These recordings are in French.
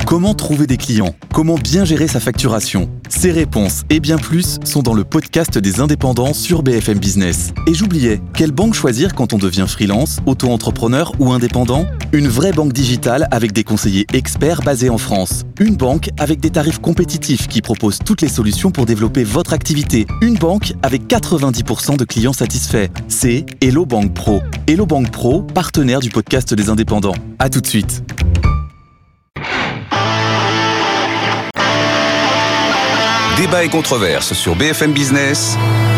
Comment trouver des clients ? Comment bien gérer sa facturation ? Ces réponses et bien plus sont dans le podcast des indépendants sur BFM Business. Et j'oubliais, quelle banque choisir quand on devient freelance, auto-entrepreneur ou indépendant ? Une vraie banque digitale avec des conseillers experts basés en France. Une banque avec des tarifs compétitifs qui propose toutes les solutions pour développer votre activité. Une banque avec 90% de clients satisfaits. C'est Hello Bank Pro. Hello Bank Pro, partenaire du podcast des indépendants. À tout de suite. Débat et controverse sur BFM Business.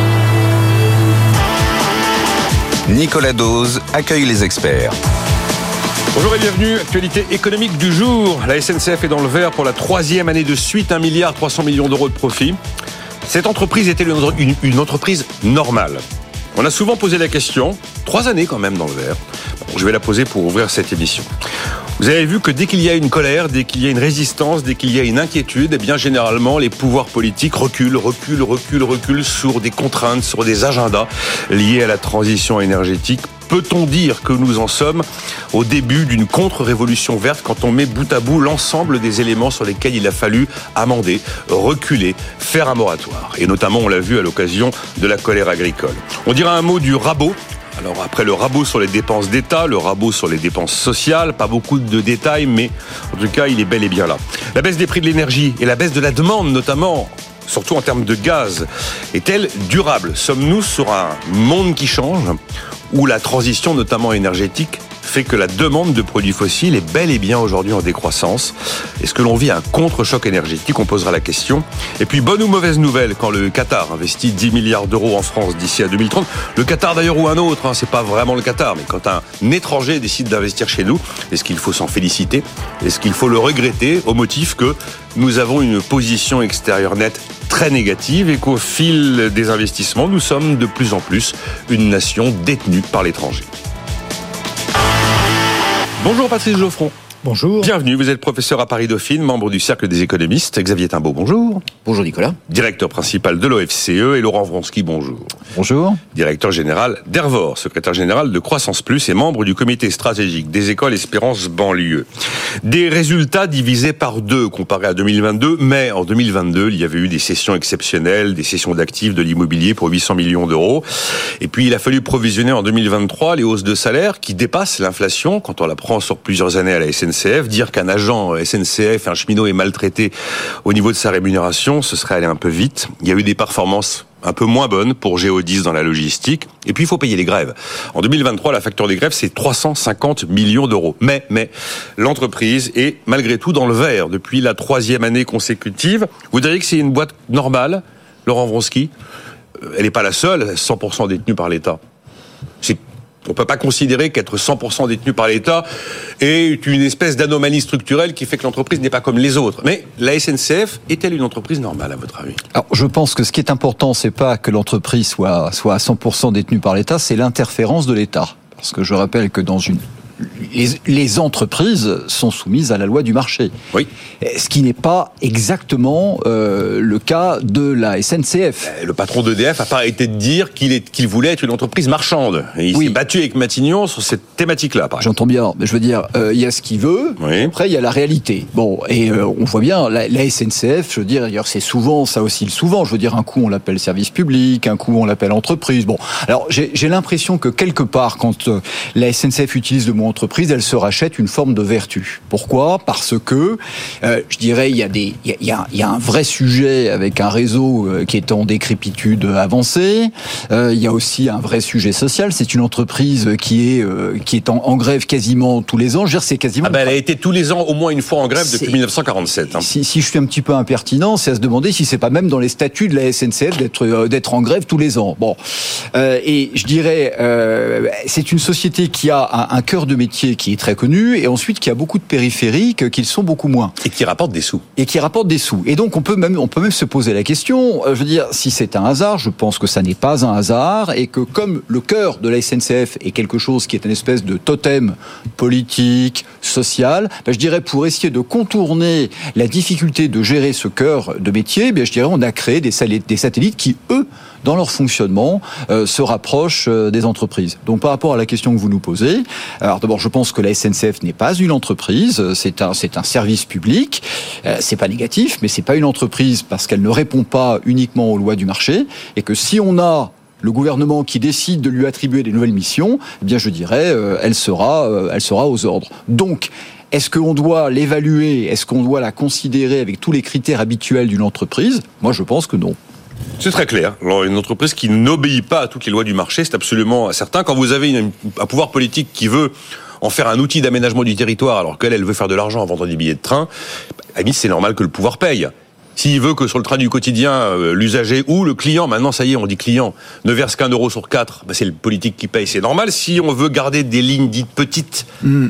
Nicolas Dose accueille les experts. Bonjour et bienvenue, actualité économique du jour. La SNCF est dans le vert pour la 3e année de suite, 1,3 milliard d'euros de profit. Cette entreprise était une entreprise normale. On a souvent posé la question, 3 années quand même dans le vert. Bon, je vais la poser pour ouvrir cette émission. Vous avez vu que dès qu'il y a une colère, dès qu'il y a une résistance, dès qu'il y a une inquiétude, eh bien généralement les pouvoirs politiques reculent sur des contraintes, sur des agendas liés à la transition énergétique. Peut-on dire que nous en sommes au début d'une contre-révolution verte quand on met bout à bout l'ensemble des éléments sur lesquels il a fallu amender, reculer, faire un moratoire ? Et notamment, on l'a vu à l'occasion de la colère agricole. On dira un mot du rabot. Alors après le rabot sur les dépenses d'État, le rabot sur les dépenses sociales, pas beaucoup de détails, mais en tout cas, il est bel et bien là. La baisse des prix de l'énergie et la baisse de la demande, notamment, surtout en termes de gaz, est-elle durable ? Sommes-nous sur un monde qui change, où la transition, notamment énergétique, fait que la demande de produits fossiles est bel et bien aujourd'hui en décroissance. Est-ce que l'on vit un contre-choc énergétique ? On posera la question. Et puis, bonne ou mauvaise nouvelle, quand le Qatar investit 10 milliards d'euros en France d'ici à 2030, le Qatar d'ailleurs ou un autre, c'est pas vraiment le Qatar, mais quand un étranger décide d'investir chez nous, est-ce qu'il faut s'en féliciter ? Est-ce qu'il faut le regretter au motif que nous avons une position extérieure nette très négative et qu'au fil des investissements, nous sommes de plus en plus une nation détenue par l'étranger ? Bonjour Patrice Geoffron. Bonjour. Bienvenue, vous êtes professeur à Paris Dauphine, membre du Cercle des économistes. Xavier Timbaud, bonjour. Bonjour Nicolas. Directeur principal de l'OFCE et Laurent Vronsky, bonjour. Bonjour. Directeur général d'Ervor, secrétaire général de Croissance Plus et membre du comité stratégique des écoles Espérance Banlieue. Des résultats divisés par 2 comparés à 2022, mais en 2022, il y avait eu des cessions exceptionnelles, des cessions d'actifs de l'immobilier pour 800 millions d'euros. Et puis il a fallu provisionner en 2023 les hausses de salaire qui dépassent l'inflation quand on la prend sur plusieurs années à la SNCF. Dire qu'un agent SNCF, un cheminot est maltraité au niveau de sa rémunération, ce serait aller un peu vite. Il y a eu des performances un peu moins bonnes pour Géodis dans la logistique. Et puis, il faut payer les grèves. En 2023, la facture des grèves, c'est 350 millions d'euros. Mais, l'entreprise est malgré tout dans le vert depuis la 3e année consécutive. Vous diriez que c'est une boîte normale, Laurent Vronsky ? Elle n'est pas la seule, 100% détenue par l'État. On ne peut pas considérer qu'être 100% détenu par l'État est une espèce d'anomalie structurelle qui fait que l'entreprise n'est pas comme les autres. Mais la SNCF est-elle une entreprise normale, à votre avis ? Alors, je pense que ce qui est important, c'est pas que l'entreprise soit à 100% détenue par l'État, c'est l'interférence de l'État. Parce que je rappelle que les entreprises sont soumises à la loi du marché. Oui. Ce qui n'est pas exactement le cas de la SNCF. Le patron d'EDF a pas arrêté de dire qu'il voulait être une entreprise marchande. Et il s'est battu avec Matignon sur cette thématique-là. J'entends bien, mais je veux dire, il y a ce qu'il veut, après il y a la réalité. Bon, et on voit bien, la SNCF, je veux dire, d'ailleurs c'est souvent, ça oscille souvent, je veux dire, un coup on l'appelle service public, un coup on l'appelle entreprise. Bon, alors j'ai l'impression que quelque part, quand la SNCF utilise le mot entreprise, elle se rachète une forme de vertu. Pourquoi ? Parce que, je dirais, il y a un vrai sujet avec un réseau qui est en décrépitude avancée. Il y a aussi un vrai sujet social. C'est une entreprise qui est en grève quasiment tous les ans. Je veux dire, c'est quasiment. Elle a été tous les ans au moins une fois en grève depuis 1947. Si je suis un petit peu impertinent, c'est à se demander si c'est pas même dans les statuts de la SNCF d'être en grève tous les ans. Bon, et je dirais, c'est une société qui a un cœur de métier qui est très connu, et ensuite qui a beaucoup de périphériques qui le sont beaucoup moins. Et qui rapportent des sous. Et donc on peut même se poser la question, je veux dire, si c'est un hasard, je pense que ça n'est pas un hasard, et que comme le cœur de la SNCF est quelque chose qui est une espèce de totem politique, social, je dirais pour essayer de contourner la difficulté de gérer ce cœur de métier, je dirais on a créé des satellites qui, eux, dans leur fonctionnement, se rapprochent des entreprises. Donc par rapport à la question que vous nous posez, alors d'abord je pense que la SNCF n'est pas une entreprise, c'est un service public, c'est pas négatif, mais c'est pas une entreprise parce qu'elle ne répond pas uniquement aux lois du marché, et que si on a le gouvernement qui décide de lui attribuer des nouvelles missions, eh bien je dirais, elle sera aux ordres. Donc, est-ce qu'on doit l'évaluer, est-ce qu'on doit la considérer avec tous les critères habituels d'une entreprise ? Moi, je pense que non. C'est très clair. Alors, une entreprise qui n'obéit pas à toutes les lois du marché, c'est absolument certain. Quand vous avez un pouvoir politique qui veut en faire un outil d'aménagement du territoire, alors qu'elle veut faire de l'argent en vendant des billets de train, c'est normal que le pouvoir paye. S'il veut que sur le train du quotidien, l'usager ou le client, maintenant ça y est, on dit client, ne verse qu'1 euro sur 4, c'est le politique qui paye, c'est normal. Si on veut garder des lignes dites petites,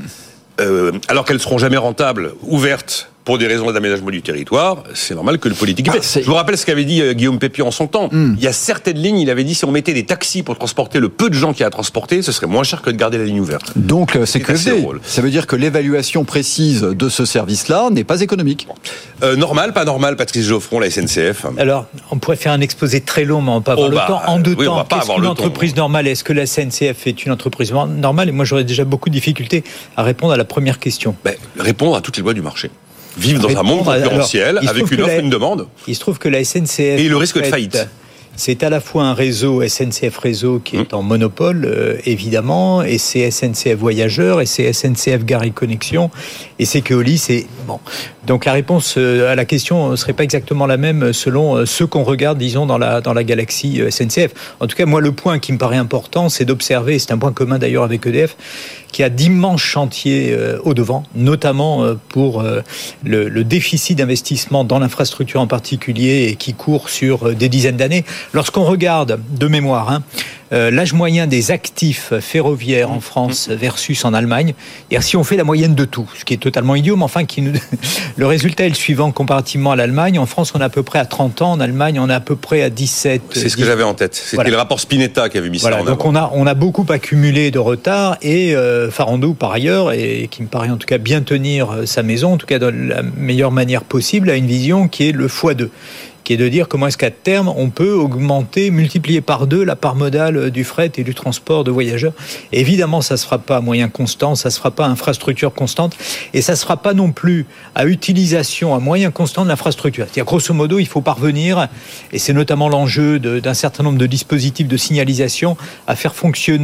alors qu'elles ne seront jamais rentables, ouvertes, pour des raisons d'aménagement du territoire, c'est normal que le politique paye. Je vous rappelle ce qu'avait dit Guillaume Pépion en son temps. Il y a certaines lignes, il avait dit, si on mettait des taxis pour transporter le peu de gens qu'il y a à transporter, ce serait moins cher que de garder la ligne ouverte. Donc c'est QFD. Ça veut dire que l'évaluation précise de ce service-là n'est pas économique. Normal, pas normal, Patrice Geoffron, la SNCF. Alors, on pourrait faire un exposé très long, mais on va pas avoir le temps. En deux temps, qu'est-ce qu'une entreprise normale ? Est-ce que la SNCF est une entreprise normale ? Et moi, j'aurais déjà beaucoup de difficultés à répondre à la première question. Répondre à toutes les lois du marché. Vivre dans un monde concurrentiel avec une offre et une demande. Il se trouve que la SNCF... Et le risque de faillite. C'est à la fois un réseau, SNCF Réseau, qui est en monopole, évidemment, et c'est SNCF Voyageurs, et c'est SNCF Gare et Connexion, et c'est Keolis, c'est... Bon. Donc la réponse à la question ne serait pas exactement la même selon ceux qu'on regarde, disons, dans la galaxie SNCF. En tout cas, moi, le point qui me paraît important, c'est d'observer, c'est un point commun d'ailleurs avec EDF, qui a d'immenses chantiers au devant, notamment pour le déficit d'investissement dans l'infrastructure en particulier, et qui court sur des dizaines d'années. Lorsqu'on regarde, de mémoire, l'âge moyen des actifs ferroviaires en France versus en Allemagne, et si on fait la moyenne de tout, ce qui est totalement idiot, mais enfin, le résultat est le suivant comparativement à l'Allemagne. En France, on est à peu près à 30 ans, en Allemagne, on est à peu près à 17. C'est ce que j'avais en tête. C'était le rapport Spinetta qui avait mis ça en avant. Donc on a beaucoup accumulé de retard, et Farandou, par ailleurs, et qui me paraît en tout cas bien tenir sa maison, en tout cas de la meilleure manière possible, a une vision qui est le x2. Qui est de dire comment est-ce qu'à terme on peut augmenter, multiplier par 2 la part modale du fret et du transport de voyageurs. Et évidemment, ça ne se fera pas à moyens constants, ça ne se fera pas à infrastructure constante, et ça ne se fera pas non plus à utilisation à moyens constants de l'infrastructure. C'est-à-dire, grosso modo, il faut parvenir, et c'est notamment l'enjeu d'un certain nombre de dispositifs de signalisation, à faire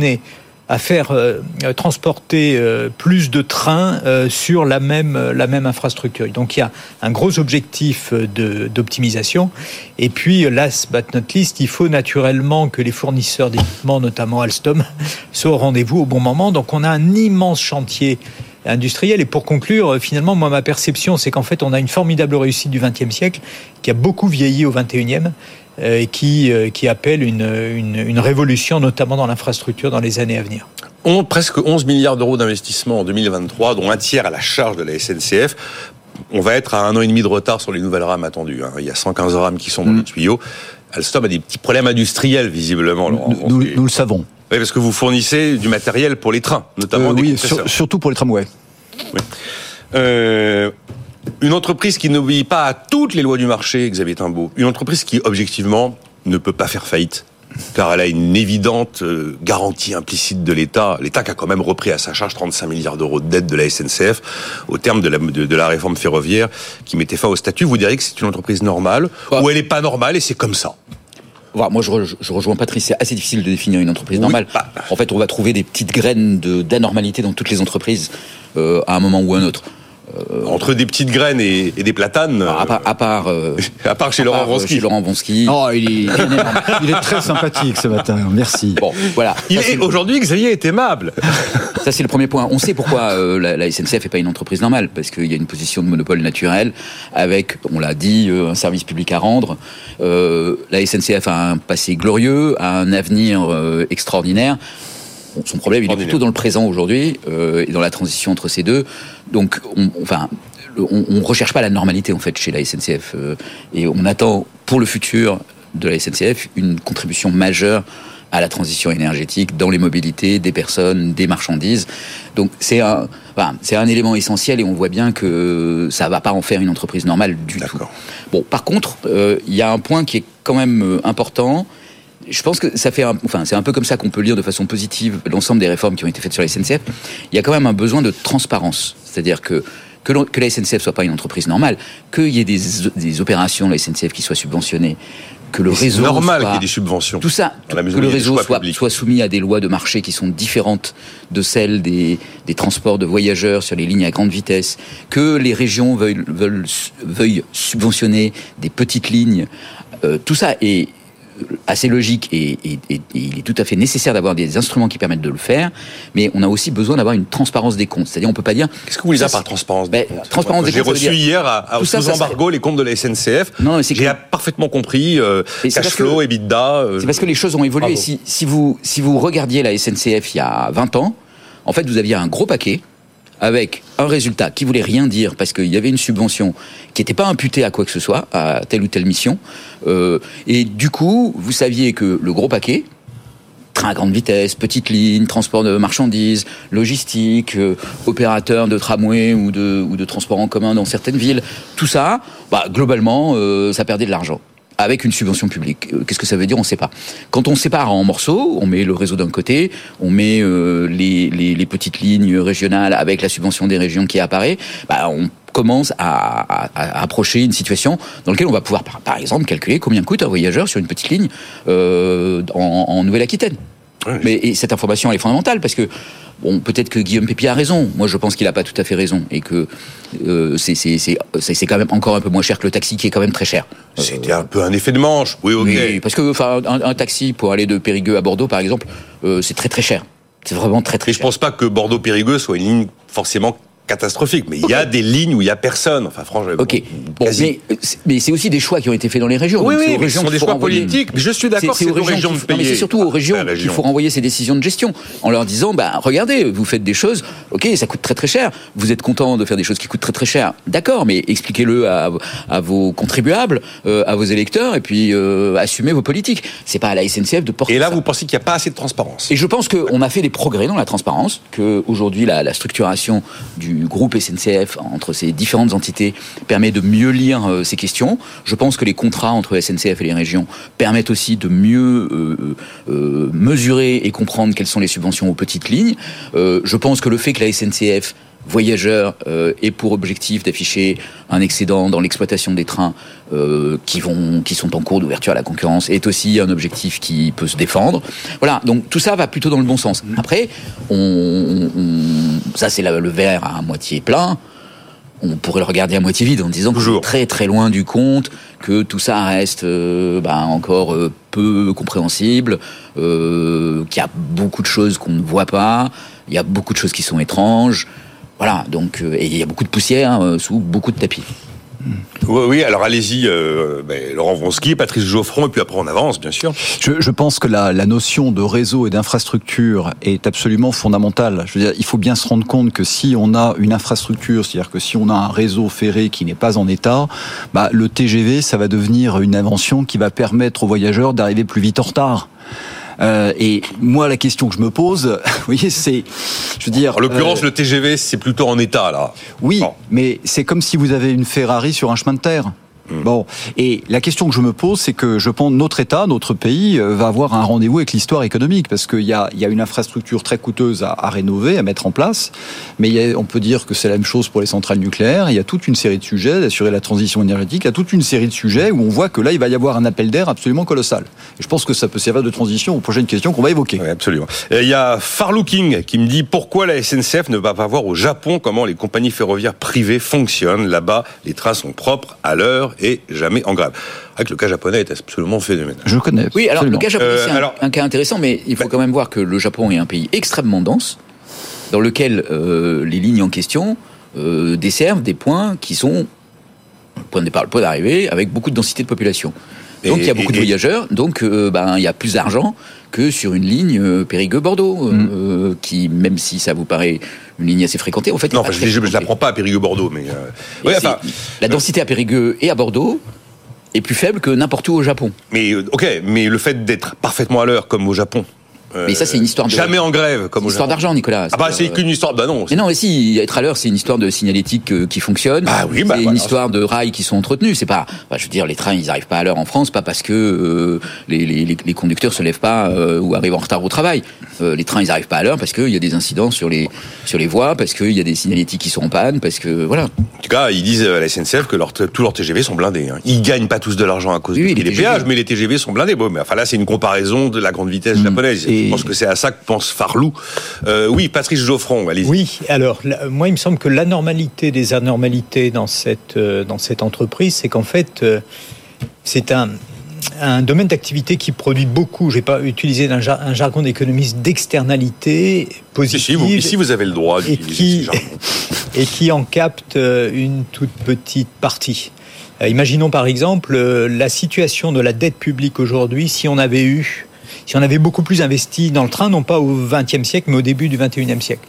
transporter plus de trains sur la même infrastructure. Donc il y a un gros objectif d'optimisation. Et puis, last but not least, il faut naturellement que les fournisseurs d'équipements, notamment Alstom, soient au rendez-vous au bon moment. Donc on a un immense chantier industriel. Et pour conclure, finalement, moi, ma perception, c'est qu'en fait, on a une formidable réussite du XXe siècle qui a beaucoup vieilli au XXIe. Et qui appelle une révolution, notamment dans l'infrastructure, dans les années à venir. Presque 11 milliards d'euros d'investissement en 2023, dont un tiers à la charge de la SNCF. On va être à 1 an et demi de retard sur les nouvelles rames attendues. Il y a 115 rames qui sont dans les tuyaux. Alstom a des petits problèmes industriels, visiblement. Nous le savons. Oui, parce que vous fournissez du matériel pour les trains, notamment des compresseurs. Surtout pour les tramways. Oui. Une entreprise qui n'obéit pas à toutes les lois du marché, Xavier Timbaud, une entreprise qui, objectivement, ne peut pas faire faillite, car elle a une évidente garantie implicite de l'État. L'État qui a quand même repris à sa charge 35 milliards d'euros de dette de la SNCF au terme de la réforme ferroviaire qui mettait fin au statut. Vous diriez que c'est une entreprise normale, ou elle n'est pas normale et c'est comme ça? Moi, je rejoins Patrice, c'est assez difficile de définir une entreprise normale. En fait, on va trouver des petites graines d'anormalité dans toutes les entreprises à un moment ou à un autre. Entre des petites graines et des platanes. À part chez Laurent Wronski. Chez Laurent Wronski. Oh, il est très sympathique ce matin. Merci. Bon, voilà. Aujourd'hui, Xavier est aimable. Ça, c'est le premier point. On sait pourquoi la SNCF n'est pas une entreprise normale, parce qu'il y a une position de monopole naturel avec, on l'a dit, un service public à rendre. La SNCF a un passé glorieux, a un avenir extraordinaire. Son problème, il est plutôt dans le présent aujourd'hui et dans la transition entre ces deux. Donc, on recherche pas la normalité en fait chez la SNCF et on attend pour le futur de la SNCF une contribution majeure à la transition énergétique dans les mobilités des personnes, des marchandises. Donc, c'est un élément essentiel et on voit bien que ça va pas en faire une entreprise normale du tout. Bon, par contre, il y a un point qui est quand même important. je pense que ça fait c'est un peu comme ça qu'on peut lire de façon positive l'ensemble des réformes qui ont été faites sur la SNCF. Il y a quand même un besoin de transparence. C'est-à-dire que la SNCF soit pas une entreprise normale, qu'il y ait des opérations de la SNCF qui soient subventionnées, que le réseau c'est normal qu'il y ait des subventions. Tout ça, que le réseau soit soumis à des lois de marché qui sont différentes de celles des transports de voyageurs sur les lignes à grande vitesse, que les régions veuillent subventionner des petites lignes. Tout ça est assez logique et il est tout à fait nécessaire d'avoir des instruments qui permettent de le faire, mais on a aussi besoin d'avoir une transparence des comptes. C'est-à-dire, on peut pas dire... Qu'est-ce que vous voulez dire par transparence des comptes? Transparence des comptes, j'ai reçu hier sous embargo les comptes de la SNCF. Non, j'ai parfaitement compris cash flow, EBITDA. C'est parce que les choses ont évolué. Si vous regardiez la SNCF il y a 20 ans, en fait, vous aviez un gros paquet avec un résultat qui voulait rien dire parce qu'il y avait une subvention qui n'était pas imputée à quoi que ce soit, à telle ou telle mission. Et du coup, vous saviez que le gros paquet, train à grande vitesse, petite ligne, transport de marchandises, logistique, opérateur de tramway ou de transport en commun dans certaines villes, tout ça, globalement, ça perdait de l'argent. Avec une subvention publique. Qu'est-ce que ça veut dire? On ne sait pas. Quand on sépare en morceaux, on met le réseau d'un côté, on met les petites lignes régionales avec la subvention des régions qui apparaît, on commence à approcher une situation dans laquelle on va pouvoir, par exemple, calculer combien coûte un voyageur sur une petite ligne en Nouvelle-Aquitaine. Oui. Et cette information, elle est fondamentale parce que peut-être que Guillaume Pépi a raison. Moi, je pense qu'il n'a pas tout à fait raison et que c'est quand même encore un peu moins cher que le taxi, qui est quand même très cher. C'était un peu un effet de manche. Oui, ok. Oui, parce que un taxi pour aller de Périgueux à Bordeaux, par exemple, c'est très très cher. C'est vraiment très très cher. Je pense pas que Bordeaux-Périgueux soit une ligne forcément catastrophique, mais il y a des lignes où il y a personne. Enfin, franchement. Ok. Mais c'est aussi des choix qui ont été faits dans les régions. Oui, mais ce sont des choix politiques. Mais je suis d'accord, c'est aux régions de payer. Mais c'est surtout aux régions qu'il faut renvoyer ces décisions de gestion en leur disant, regardez, vous faites des choses, ok, ça coûte très très cher. Vous êtes content de faire des choses qui coûtent très très cher, d'accord, mais expliquez-le à vos contribuables, à vos électeurs, et puis assumez vos politiques. C'est pas à la SNCF de porter. Et là, ça. Vous pensez qu'il n'y a pas assez de transparence? Et je pense qu'on a fait des progrès dans la transparence, que aujourd'hui la structuration du groupe SNCF entre ces différentes entités permet de mieux lire ces questions. Je pense que les contrats entre SNCF et les régions permettent aussi de mieux mesurer et comprendre quelles sont les subventions aux petites lignes. Je pense que le fait que la SNCF voyageurs ait pour objectif d'afficher un excédent dans l'exploitation des trains qui sont en cours d'ouverture à la concurrence est aussi un objectif qui peut se défendre. Voilà, donc tout ça va plutôt dans le bon sens. Après, ça c'est le verre à moitié plein. On pourrait le regarder à moitié vide en disant que c'est très très loin du compte, que tout ça reste encore peu compréhensible, qu'il y a beaucoup de choses qu'on ne voit pas, il y a beaucoup de choses qui sont étranges. Voilà, donc et il y a beaucoup de poussière sous beaucoup de tapis. Oui, alors allez-y, Laurent Vronsky, Patrice Geoffron, et puis après on avance, bien sûr. Je pense que la notion de réseau et d'infrastructure est absolument fondamentale. Je veux dire, il faut bien se rendre compte que si on a une infrastructure, c'est-à-dire que si on a un réseau ferré qui n'est pas en état, le TGV, ça va devenir une invention qui va permettre aux voyageurs d'arriver plus vite en retard. Et moi, la question que je me pose, vous voyez, c'est, je veux dire... En l'occurrence, le TGV, c'est plutôt en état, là. Oui, mais c'est comme si vous avez une Ferrari sur un chemin de terre. Bon, et la question que je me pose, c'est que je pense notre État, notre pays, va avoir un rendez-vous avec l'histoire économique, parce qu'il y a une infrastructure très coûteuse à rénover, à mettre en place, mais on peut dire que c'est la même chose pour les centrales nucléaires. Il y a toute une série de sujets, d'assurer la transition énergétique, il y a toute une série de sujets où on voit que là, il va y avoir un appel d'air absolument colossal. Et je pense que ça peut servir de transition aux prochaines questions qu'on va évoquer. Oui, absolument. Il y a Farlooking qui me dit pourquoi la SNCF ne va pas voir au Japon comment les compagnies ferroviaires privées fonctionnent. Là-bas, les trains sont propres, à l'heure et jamais en grève. Avec le cas japonais est absolument phénoménal. Je connais. Oui, alors le cas japonais, c'est un cas intéressant, mais il faut quand même voir que le Japon est un pays extrêmement dense, dans lequel les lignes en question desservent des points qui sont le point de départ, le point d'arrivée, avec beaucoup de densité de population. Donc il y a beaucoup de voyageurs, donc il y a plus d'argent que sur une ligne Périgueux-Bordeaux, qui, même si ça vous paraît une ligne assez fréquentée, en fait... Non, je ne la prends pas à Périgueux-Bordeaux, mais... la densité à Périgueux et à Bordeaux est plus faible que n'importe où au Japon. Mais le fait d'être parfaitement à l'heure, comme au Japon, Mais ça, c'est une histoire de... Jamais en grève, comme une histoire d'argent, Nicolas. C'est qu'une histoire... non. Mais non, mais si, être à l'heure, c'est une histoire de signalétique qui fonctionne. C'est une histoire de rails qui sont entretenus. C'est pas... je veux dire, les trains, ils n'arrivent pas à l'heure en France, pas parce que les conducteurs se lèvent pas ou arrivent en retard au travail. Les trains, ils n'arrivent pas à l'heure parce qu'il y a des incidents sur les voies, parce qu'il y a des signalétiques qui sont en panne, parce que... Voilà. En tout cas, ils disent à la SNCF que tous leurs TGV sont blindés. Ils gagnent pas tous de l'argent à cause des péages, mais les TGV sont blindés. Bon, mais là, c'est une comparaison de la grande vitesse japonaise. Je pense que c'est à ça que pense Farlou. Oui, Patrice Geoffron, allez-y. Oui, alors, moi, il me semble que l'anormalité des anormalités dans cette entreprise, c'est qu'en fait, c'est un domaine d'activité qui produit beaucoup, je vais pas utiliser un jargon d'économiste, d'externalités positives. Ici, vous avez le droit d'utiliser ce jargon. Et qui en capte une toute petite partie. Imaginons par exemple la situation de la dette publique aujourd'hui, si on avait beaucoup plus investi dans le train, non pas au XXe siècle, mais au début du XXIe siècle.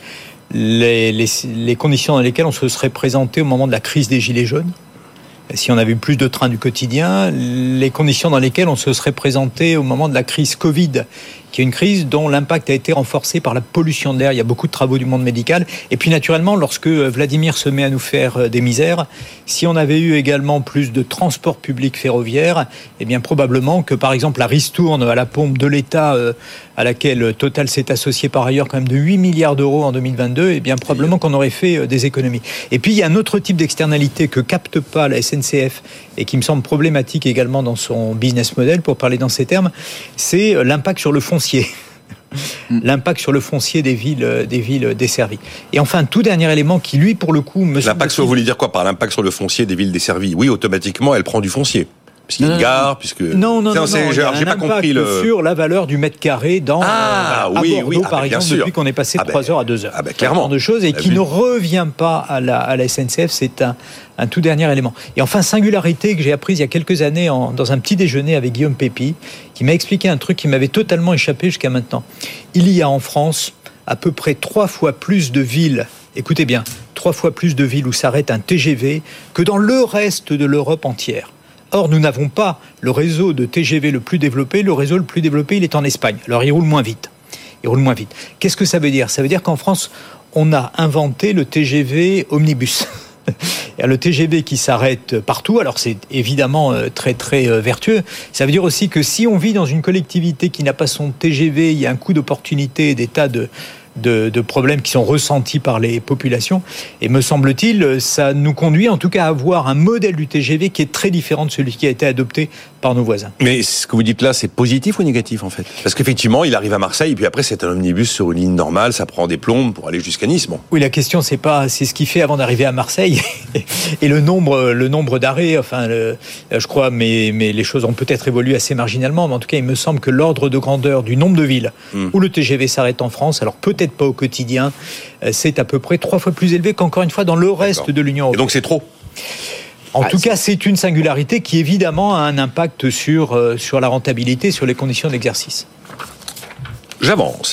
Les conditions dans lesquelles on se serait présenté au moment de la crise des Gilets jaunes, si on avait eu plus de trains du quotidien, les conditions dans lesquelles on se serait présenté au moment de la crise Covid, qui est une crise dont l'impact a été renforcé par la pollution de l'air. Il y a beaucoup de travaux du monde médical. Et puis naturellement, lorsque Vladimir se met à nous faire des misères, si on avait eu également plus de transport public ferroviaire, eh bien probablement que par exemple la ristourne à la pompe de l'État, à laquelle Total s'est associé par ailleurs quand même de 8 milliards d'euros en 2022, eh bien probablement qu'on aurait fait des économies. Et puis il y a un autre type d'externalité que capte pas la SNCF et qui me semble problématique également dans son business model, pour parler dans ces termes, c'est l'impact sur le foncier. L'impact sur le foncier des villes desservies. Et enfin, tout dernier élément qui, lui, pour le coup, me semble... L'impact sur, vous voulez dire quoi par l'impact sur le foncier des villes desservies? Oui, automatiquement, elle prend du foncier. Puisqu'il y a une gare, puisque... Non, j'ai pas compris sur la valeur du mètre carré dans à Bordeaux, par exemple, depuis qu'on est passé de 3 heures à 2 heures. Clairement. Ce genre de choses, et qui ne revient pas à la SNCF, c'est un tout dernier élément. Et enfin, singularité que j'ai apprise il y a quelques années dans un petit déjeuner avec Guillaume Pépi, qui m'a expliqué un truc qui m'avait totalement échappé jusqu'à maintenant. Il y a en France à peu près 3 fois plus de villes, écoutez bien, 3 fois plus de villes où s'arrête un TGV que dans le reste de l'Europe entière. Or, nous n'avons pas le réseau de TGV le plus développé. Le réseau le plus développé, il est en Espagne. Alors, il roule moins vite. Qu'est-ce que ça veut dire? Ça veut dire qu'en France, on a inventé le TGV omnibus. Le TGV qui s'arrête partout, alors c'est évidemment très très vertueux. Ça veut dire aussi que si on vit dans une collectivité qui n'a pas son TGV, il y a un coût d'opportunité et des tas de problèmes qui sont ressentis par les populations. Et me semble-t-il, ça nous conduit en tout cas à avoir un modèle du TGV qui est très différent de celui qui a été adopté par nos voisins. Mais ce que vous dites là, c'est positif ou négatif en fait? Parce qu'effectivement, il arrive à Marseille et puis après c'est un omnibus sur une ligne normale, ça prend des plombes pour aller jusqu'à Nice. Bon. Oui, la question c'est ce qu'il fait avant d'arriver à Marseille et le nombre d'arrêts. Enfin, je crois, mais les choses ont peut-être évolué assez marginalement. Mais en tout cas, il me semble que l'ordre de grandeur du nombre de villes où le TGV s'arrête en France, alors peut-être pas au quotidien, c'est à peu près 3 fois plus élevé qu'encore une fois dans le reste de l'Union européenne. Et donc c'est trop? En tout cas, c'est une singularité qui évidemment a un impact sur la rentabilité, sur les conditions d'exercice. J'avance.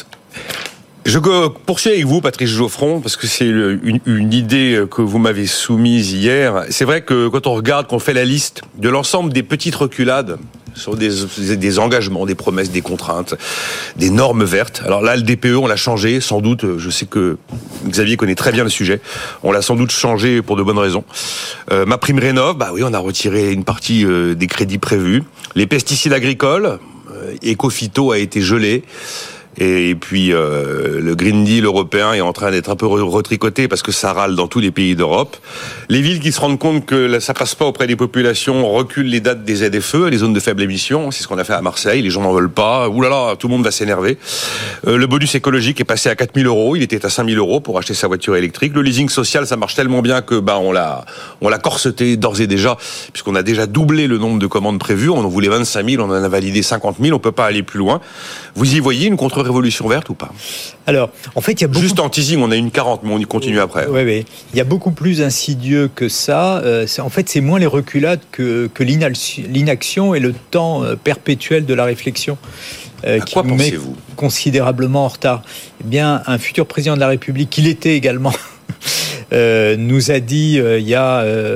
Je poursuis avec vous, Patrice Geoffron, parce que c'est une idée que vous m'avez soumise hier. C'est vrai que quand on regarde, qu'on fait la liste de l'ensemble des petites reculades sur des engagements, des promesses, des contraintes, des normes vertes. Alors là, le DPE, on l'a changé, sans doute. Je sais que Xavier connaît très bien le sujet. On l'a sans doute changé pour de bonnes raisons. Ma prime rénov', bah oui, on a retiré une partie des crédits prévus. Les pesticides agricoles, Ecophyto a été gelé. Et puis le Green Deal européen est en train d'être un peu retricoté parce que ça râle dans tous les pays d'Europe. Les villes qui se rendent compte que ça passe pas auprès des populations reculent les dates des ZFE, les zones de faible émission. C'est ce qu'on a fait à Marseille. Les gens n'en veulent pas. Ouh là là, tout le monde va s'énerver. Le bonus écologique est passé à 4 000 €. Il était à 5 000 € pour acheter sa voiture électrique. Le leasing social, ça marche tellement bien que on l'a corseté d'ores et déjà, puisqu'on a déjà doublé le nombre de commandes prévues. On en voulait 25 000, on en a validé 50 000. On peut pas aller plus loin. Vous y voyez une contre-révolution verte ou pas? Alors, en fait, il y a beaucoup... Juste en teasing, on a une 40, mais on y continue après. Oui. Il y a beaucoup plus insidieux que ça. En fait, c'est moins les reculades que l'inaction et le temps perpétuel de la réflexion qui nous met considérablement en retard. Eh bien, un futur président de la République, qu'il était également... nous a dit il y a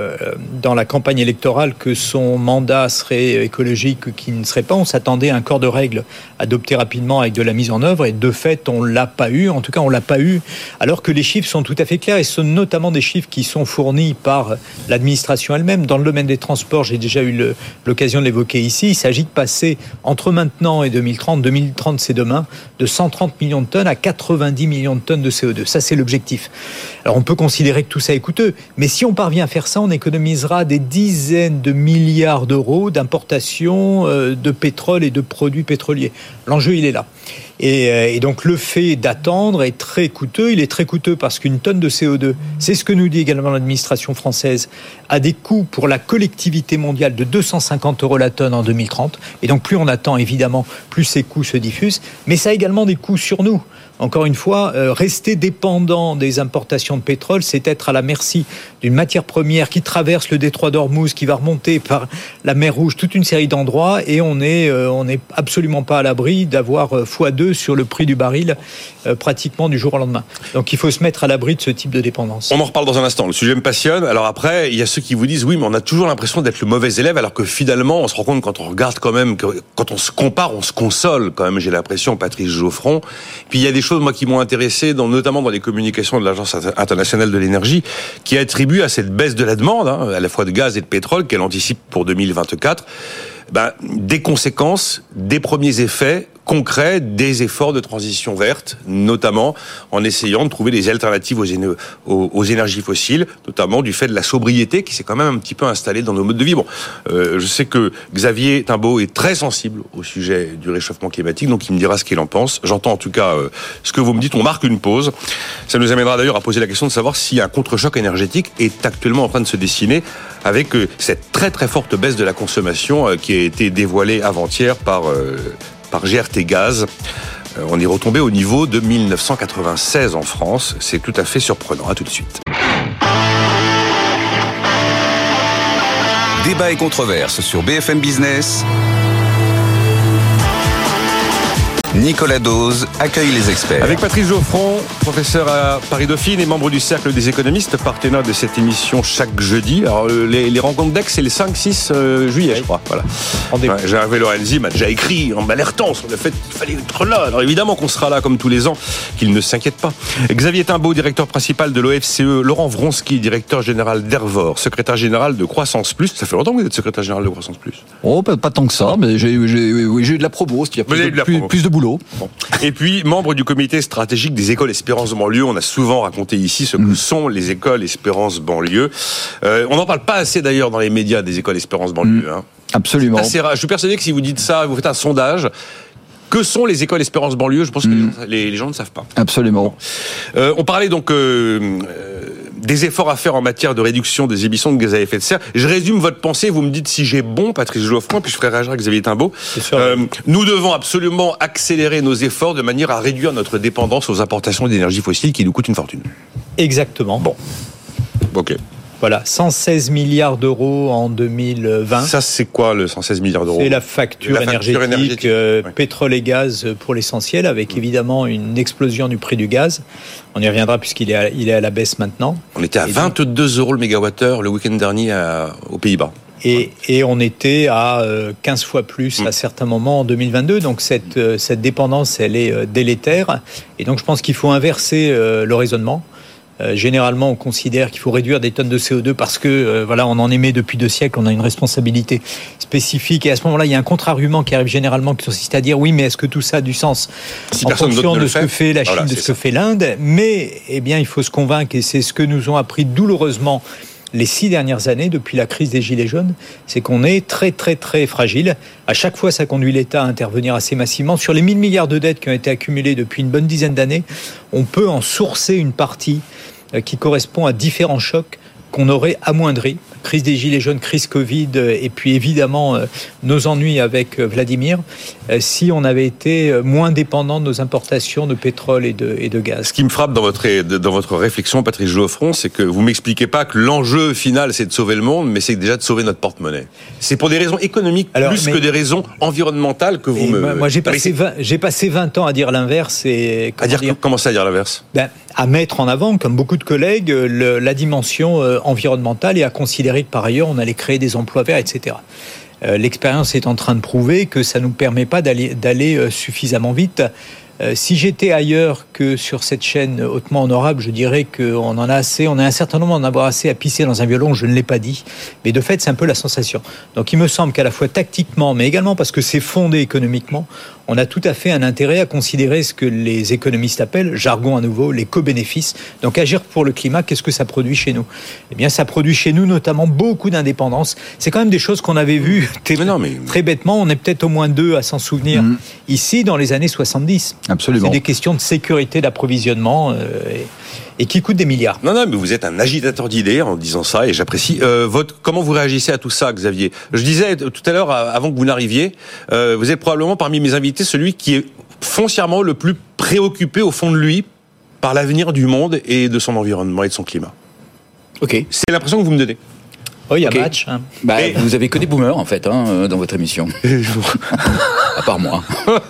dans la campagne électorale que son mandat serait écologique ou qu'il ne serait pas. On s'attendait à un corps de règles adopté rapidement avec de la mise en œuvre et de fait, on ne l'a pas eu. En tout cas, on ne l'a pas eu alors que les chiffres sont tout à fait clairs et ce sont notamment des chiffres qui sont fournis par l'administration elle-même. Dans le domaine des transports, j'ai déjà eu l'occasion de l'évoquer ici. Il s'agit de passer entre maintenant et 2030 c'est demain, de 130 millions de tonnes à 90 millions de tonnes de CO2. Ça, c'est l'objectif. Alors, on peut considérer que tout ça est coûteux, mais si on parvient à faire ça, on économisera des dizaines de milliards d'euros d'importation de pétrole et de produits pétroliers. L'enjeu, il est là. Et donc le fait d'attendre est très coûteux. Il est très coûteux parce qu'une tonne de CO2, c'est ce que nous dit également l'administration française, a des coûts pour la collectivité mondiale de 250 € la tonne en 2030. Et donc plus on attend, évidemment, plus ces coûts se diffusent. Mais ça a également des coûts sur nous. Encore une fois, rester dépendant des importations de pétrole, c'est être à la merci d'une matière première qui traverse le détroit d'Ormuz, qui va remonter par la mer Rouge, toute une série d'endroits, et on est absolument pas à l'abri d'avoir x2 sur le prix du baril pratiquement du jour au lendemain. Donc il faut se mettre à l'abri de ce type de dépendance. On en reparle dans un instant. Le sujet me passionne. Alors après, il y a ceux qui vous disent oui, mais on a toujours l'impression d'être le mauvais élève, alors que finalement, on se rend compte quand on regarde quand même, que quand on se compare, on se console quand même. J'ai l'impression, Patrice Geoffron. Puis il y a des choses moi qui m'ont intéressé, notamment dans les communications de l'Agence internationale de l'énergie, qui attribue à cette baisse de la demande, à la fois de gaz et de pétrole, qu'elle anticipe pour 2024, des conséquences, des premiers effets concrets des efforts de transition verte, notamment en essayant de trouver des alternatives aux énergies fossiles, notamment du fait de la sobriété qui s'est quand même un petit peu installée dans nos modes de vie. Bon, je sais que Xavier Timbaud est très sensible au sujet du réchauffement climatique, donc il me dira ce qu'il en pense. J'entends en tout cas ce que vous me dites. On marque une pause. Ça nous amènera d'ailleurs à poser la question de savoir si un contre-choc énergétique est actuellement en train de se dessiner avec cette très très forte baisse de la consommation qui a été dévoilée avant-hier par GRT Gaz. On est retombé au niveau de 1996 en France. C'est tout à fait surprenant. À tout de suite. Débat et controverse sur BFM Business. Nicolas Dose accueille les experts. Avec Patrice Geoffron, professeur à Paris-Dauphine et membre du Cercle des économistes, partenaire de cette émission chaque jeudi. Alors, les rencontres d'Aix, c'est les 5-6 juillet, je crois. Voilà. Ouais, Gervais Lorenzi m'a déjà écrit en m'alertant sur le fait qu'il fallait être là. Alors, évidemment qu'on sera là comme tous les ans, qu'il ne s'inquiète pas. Xavier Timbaud, directeur principal de l'OFCE. Laurent Vronsky, directeur général d'Ervor, secrétaire général de Croissance Plus. Ça fait longtemps que vous êtes secrétaire général de Croissance Plus. Oh, pas tant que ça, mais j'ai eu de la promo. Il y a plus de boulot. Bon. Et puis, membre du comité stratégique des écoles Espérance Banlieue. On a souvent raconté ici ce que sont les écoles Espérance Banlieue. On n'en parle pas assez d'ailleurs dans les médias des écoles Espérance Banlieue. Absolument. C'est assez rare. Je suis persuadé que si vous dites ça, vous faites un sondage. Que sont les écoles Espérance Banlieue ? Je pense que les gens ne savent pas. Absolument. Bon. On parlait donc des efforts à faire en matière de réduction des émissions de gaz à effet de serre. Je résume votre pensée, vous me dites si j'ai bon, Patrice Geoffron, puis je ferai réagir Xavier Timbaud. Nous devons absolument accélérer nos efforts de manière à réduire notre dépendance aux importations d'énergie fossile qui nous coûtent une fortune. Exactement. Bon. Ok. Voilà, 116 milliards d'euros en 2020. Ça, c'est quoi le 116 milliards d'euros ? C'est la facture énergétique. Pétrole et gaz pour l'essentiel, avec évidemment une explosion du prix du gaz. On y reviendra puisqu'il est à la baisse maintenant. On était à 22 € le mégawattheure le week-end dernier aux Pays-Bas. Et on était à 15 fois plus à certains moments en 2022. Donc cette dépendance, elle est délétère. Et donc je pense qu'il faut inverser le raisonnement. Généralement, on considère qu'il faut réduire des tonnes de CO2 parce que on en émet depuis 2 siècles, on a une responsabilité spécifique. Et à ce moment-là, il y a un contre-argument qui arrive généralement qui consiste à dire oui, mais est-ce que tout ça a du sens en fonction de ce que fait la Chine, de ce que fait l'Inde ? Mais il faut se convaincre, et c'est ce que nous ont appris douloureusement les 6 dernières années, depuis la crise des Gilets jaunes, c'est qu'on est très très très fragile. À chaque fois, ça conduit l'État à intervenir assez massivement. Sur les 1000 milliards de dettes qui ont été accumulées depuis une bonne dizaine d'années, on peut en sourcer une partie qui correspond à différents chocs qu'on aurait amoindris. Crise des Gilets jaunes, crise Covid, et puis évidemment nos ennuis avec Vladimir, si on avait été moins dépendant de nos importations de pétrole et de gaz. Ce qui me frappe dans votre réflexion, Patrice Geoffron, c'est que vous m'expliquez pas que l'enjeu final c'est de sauver le monde, mais c'est déjà de sauver notre porte-monnaie. C'est pour des raisons économiques que des raisons environnementales que vous me... Moi j'ai passé 20 ans à dire l'inverse. Et comment ça à dire l'inverse ? à mettre en avant, comme beaucoup de collègues, la dimension environnementale et à considérer que par ailleurs on allait créer des emplois verts, etc. L'expérience est en train de prouver que ça ne nous permet pas d'aller suffisamment vite. Si j'étais ailleurs que sur cette chaîne hautement honorable, je dirais qu'on en a assez, on a un certain nombre d'en avoir assez à pisser dans un violon, je ne l'ai pas dit, mais de fait c'est un peu la sensation. Donc il me semble qu'à la fois tactiquement, mais également parce que c'est fondé économiquement, on a tout à fait un intérêt à considérer ce que les économistes appellent, jargon à nouveau, les co-bénéfices. Donc agir pour le climat, qu'est-ce que ça produit chez nous ? Eh bien ça produit chez nous notamment beaucoup d'indépendance. C'est quand même des choses qu'on avait vues très bêtement, on est peut-être au moins deux à s'en souvenir ici dans les années 70. Absolument. C'est des questions de sécurité d'approvisionnement et qui coûtent des milliards. Non, mais vous êtes un agitateur d'idées en disant ça et j'apprécie. Comment vous réagissez à tout ça, Xavier ? Je disais tout à l'heure, avant que vous n'arriviez, vous êtes probablement parmi mes invités celui qui est foncièrement le plus préoccupé au fond de lui par l'avenir du monde et de son environnement et de son climat. Ok. C'est l'impression que vous me donnez. Oh, il y a match. Hein. Vous avez que des boomers, en fait, dans votre émission. À part moi.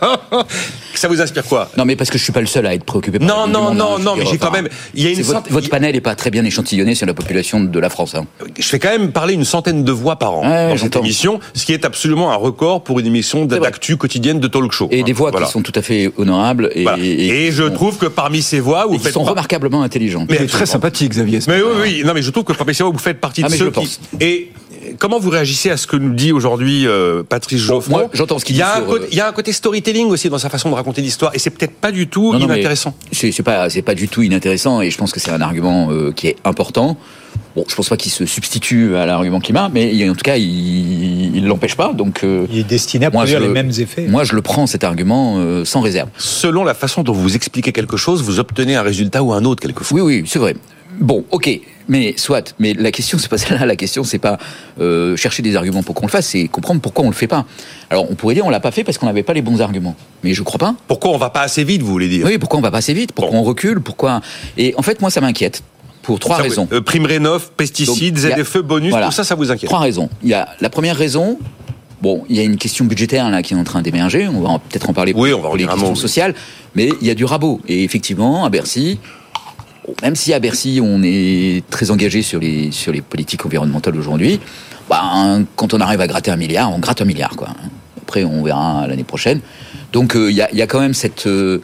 Ça vous inspire quoi ? Non, mais parce que je suis pas le seul à être préoccupé par Non, mais j'ai quand même... Il y a votre panel est pas très bien échantillonné sur la population de la France. Hein. Je fais quand même parler une centaine de voix par an dans cette émission, ce qui est absolument un record pour une émission d'actu quotidienne de talk show. Et des voix qui sont tout à fait honorables. Et je trouve que parmi ces voix... Vous faites remarquablement intelligentes. Mais très sympathique, Xavier. Mais oui, non, mais je trouve que parmi ces voix, vous faites partie de ceux qui... Et comment vous réagissez à ce que nous dit aujourd'hui Patrice Geoffroy ? Moi, j'entends ce qu'il dit. Il y a un côté storytelling aussi dans sa façon de raconter l'histoire, et c'est peut-être pas du tout inintéressant. C'est pas du tout inintéressant, et je pense que c'est un argument qui est important. Bon, je pense pas qu'il se substitue à l'argument climat, mais en tout cas, il l'empêche pas. Donc, il est destiné à produire les mêmes effets. Moi, je le prends cet argument sans réserve. Selon la façon dont vous expliquez quelque chose, vous obtenez un résultat ou un autre quelquefois. Oui, c'est vrai. Bon, ok, mais soit. Mais la question, c'est pas celle-là. La question, c'est pas chercher des arguments pour qu'on le fasse, c'est comprendre pourquoi on le fait pas. Alors, on pourrait dire on l'a pas fait parce qu'on n'avait pas les bons arguments. Mais je crois pas. Pourquoi on va pas assez vite, vous voulez dire ? Oui, pourquoi on va pas assez vite ? Pourquoi on recule ? Pourquoi ? Et en fait, moi, ça m'inquiète. Pour trois raisons. Prime Rénov, pesticides, ZFE, bonus, tout ça vous inquiète ? 3 raisons. Il y a la première raison. Bon, il y a une question budgétaire là qui est en train d'émerger. On va peut-être en parler pour les questions sociales. Mais il y a du rabot. Et effectivement, à Bercy, même si à Bercy on est très engagé sur les politiques environnementales aujourd'hui, quand on arrive à gratter 1 milliard, on gratte 1 milliard quoi. Après, on verra l'année prochaine. Donc il y a quand même cette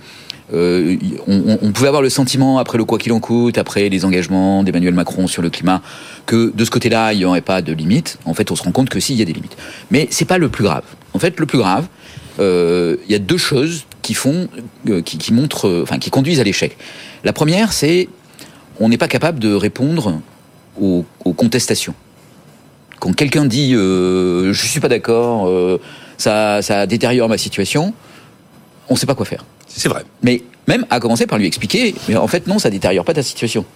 on pouvait avoir le sentiment, après le quoi qu'il en coûte, après les engagements d'Emmanuel Macron sur le climat, que de ce côté-là, il n'y aurait pas de limite. En fait, on se rend compte que si, il y a des limites. Mais c'est pas le plus grave. En fait, le plus grave, il y a 2 choses qui conduisent à l'échec. La première, c'est on n'est pas capable de répondre aux contestations. Quand quelqu'un dit je suis pas d'accord, ça détériore ma situation, on ne sait pas quoi faire. C'est vrai. Mais même à commencer par lui expliquer, mais en fait non, ça détériore pas ta situation.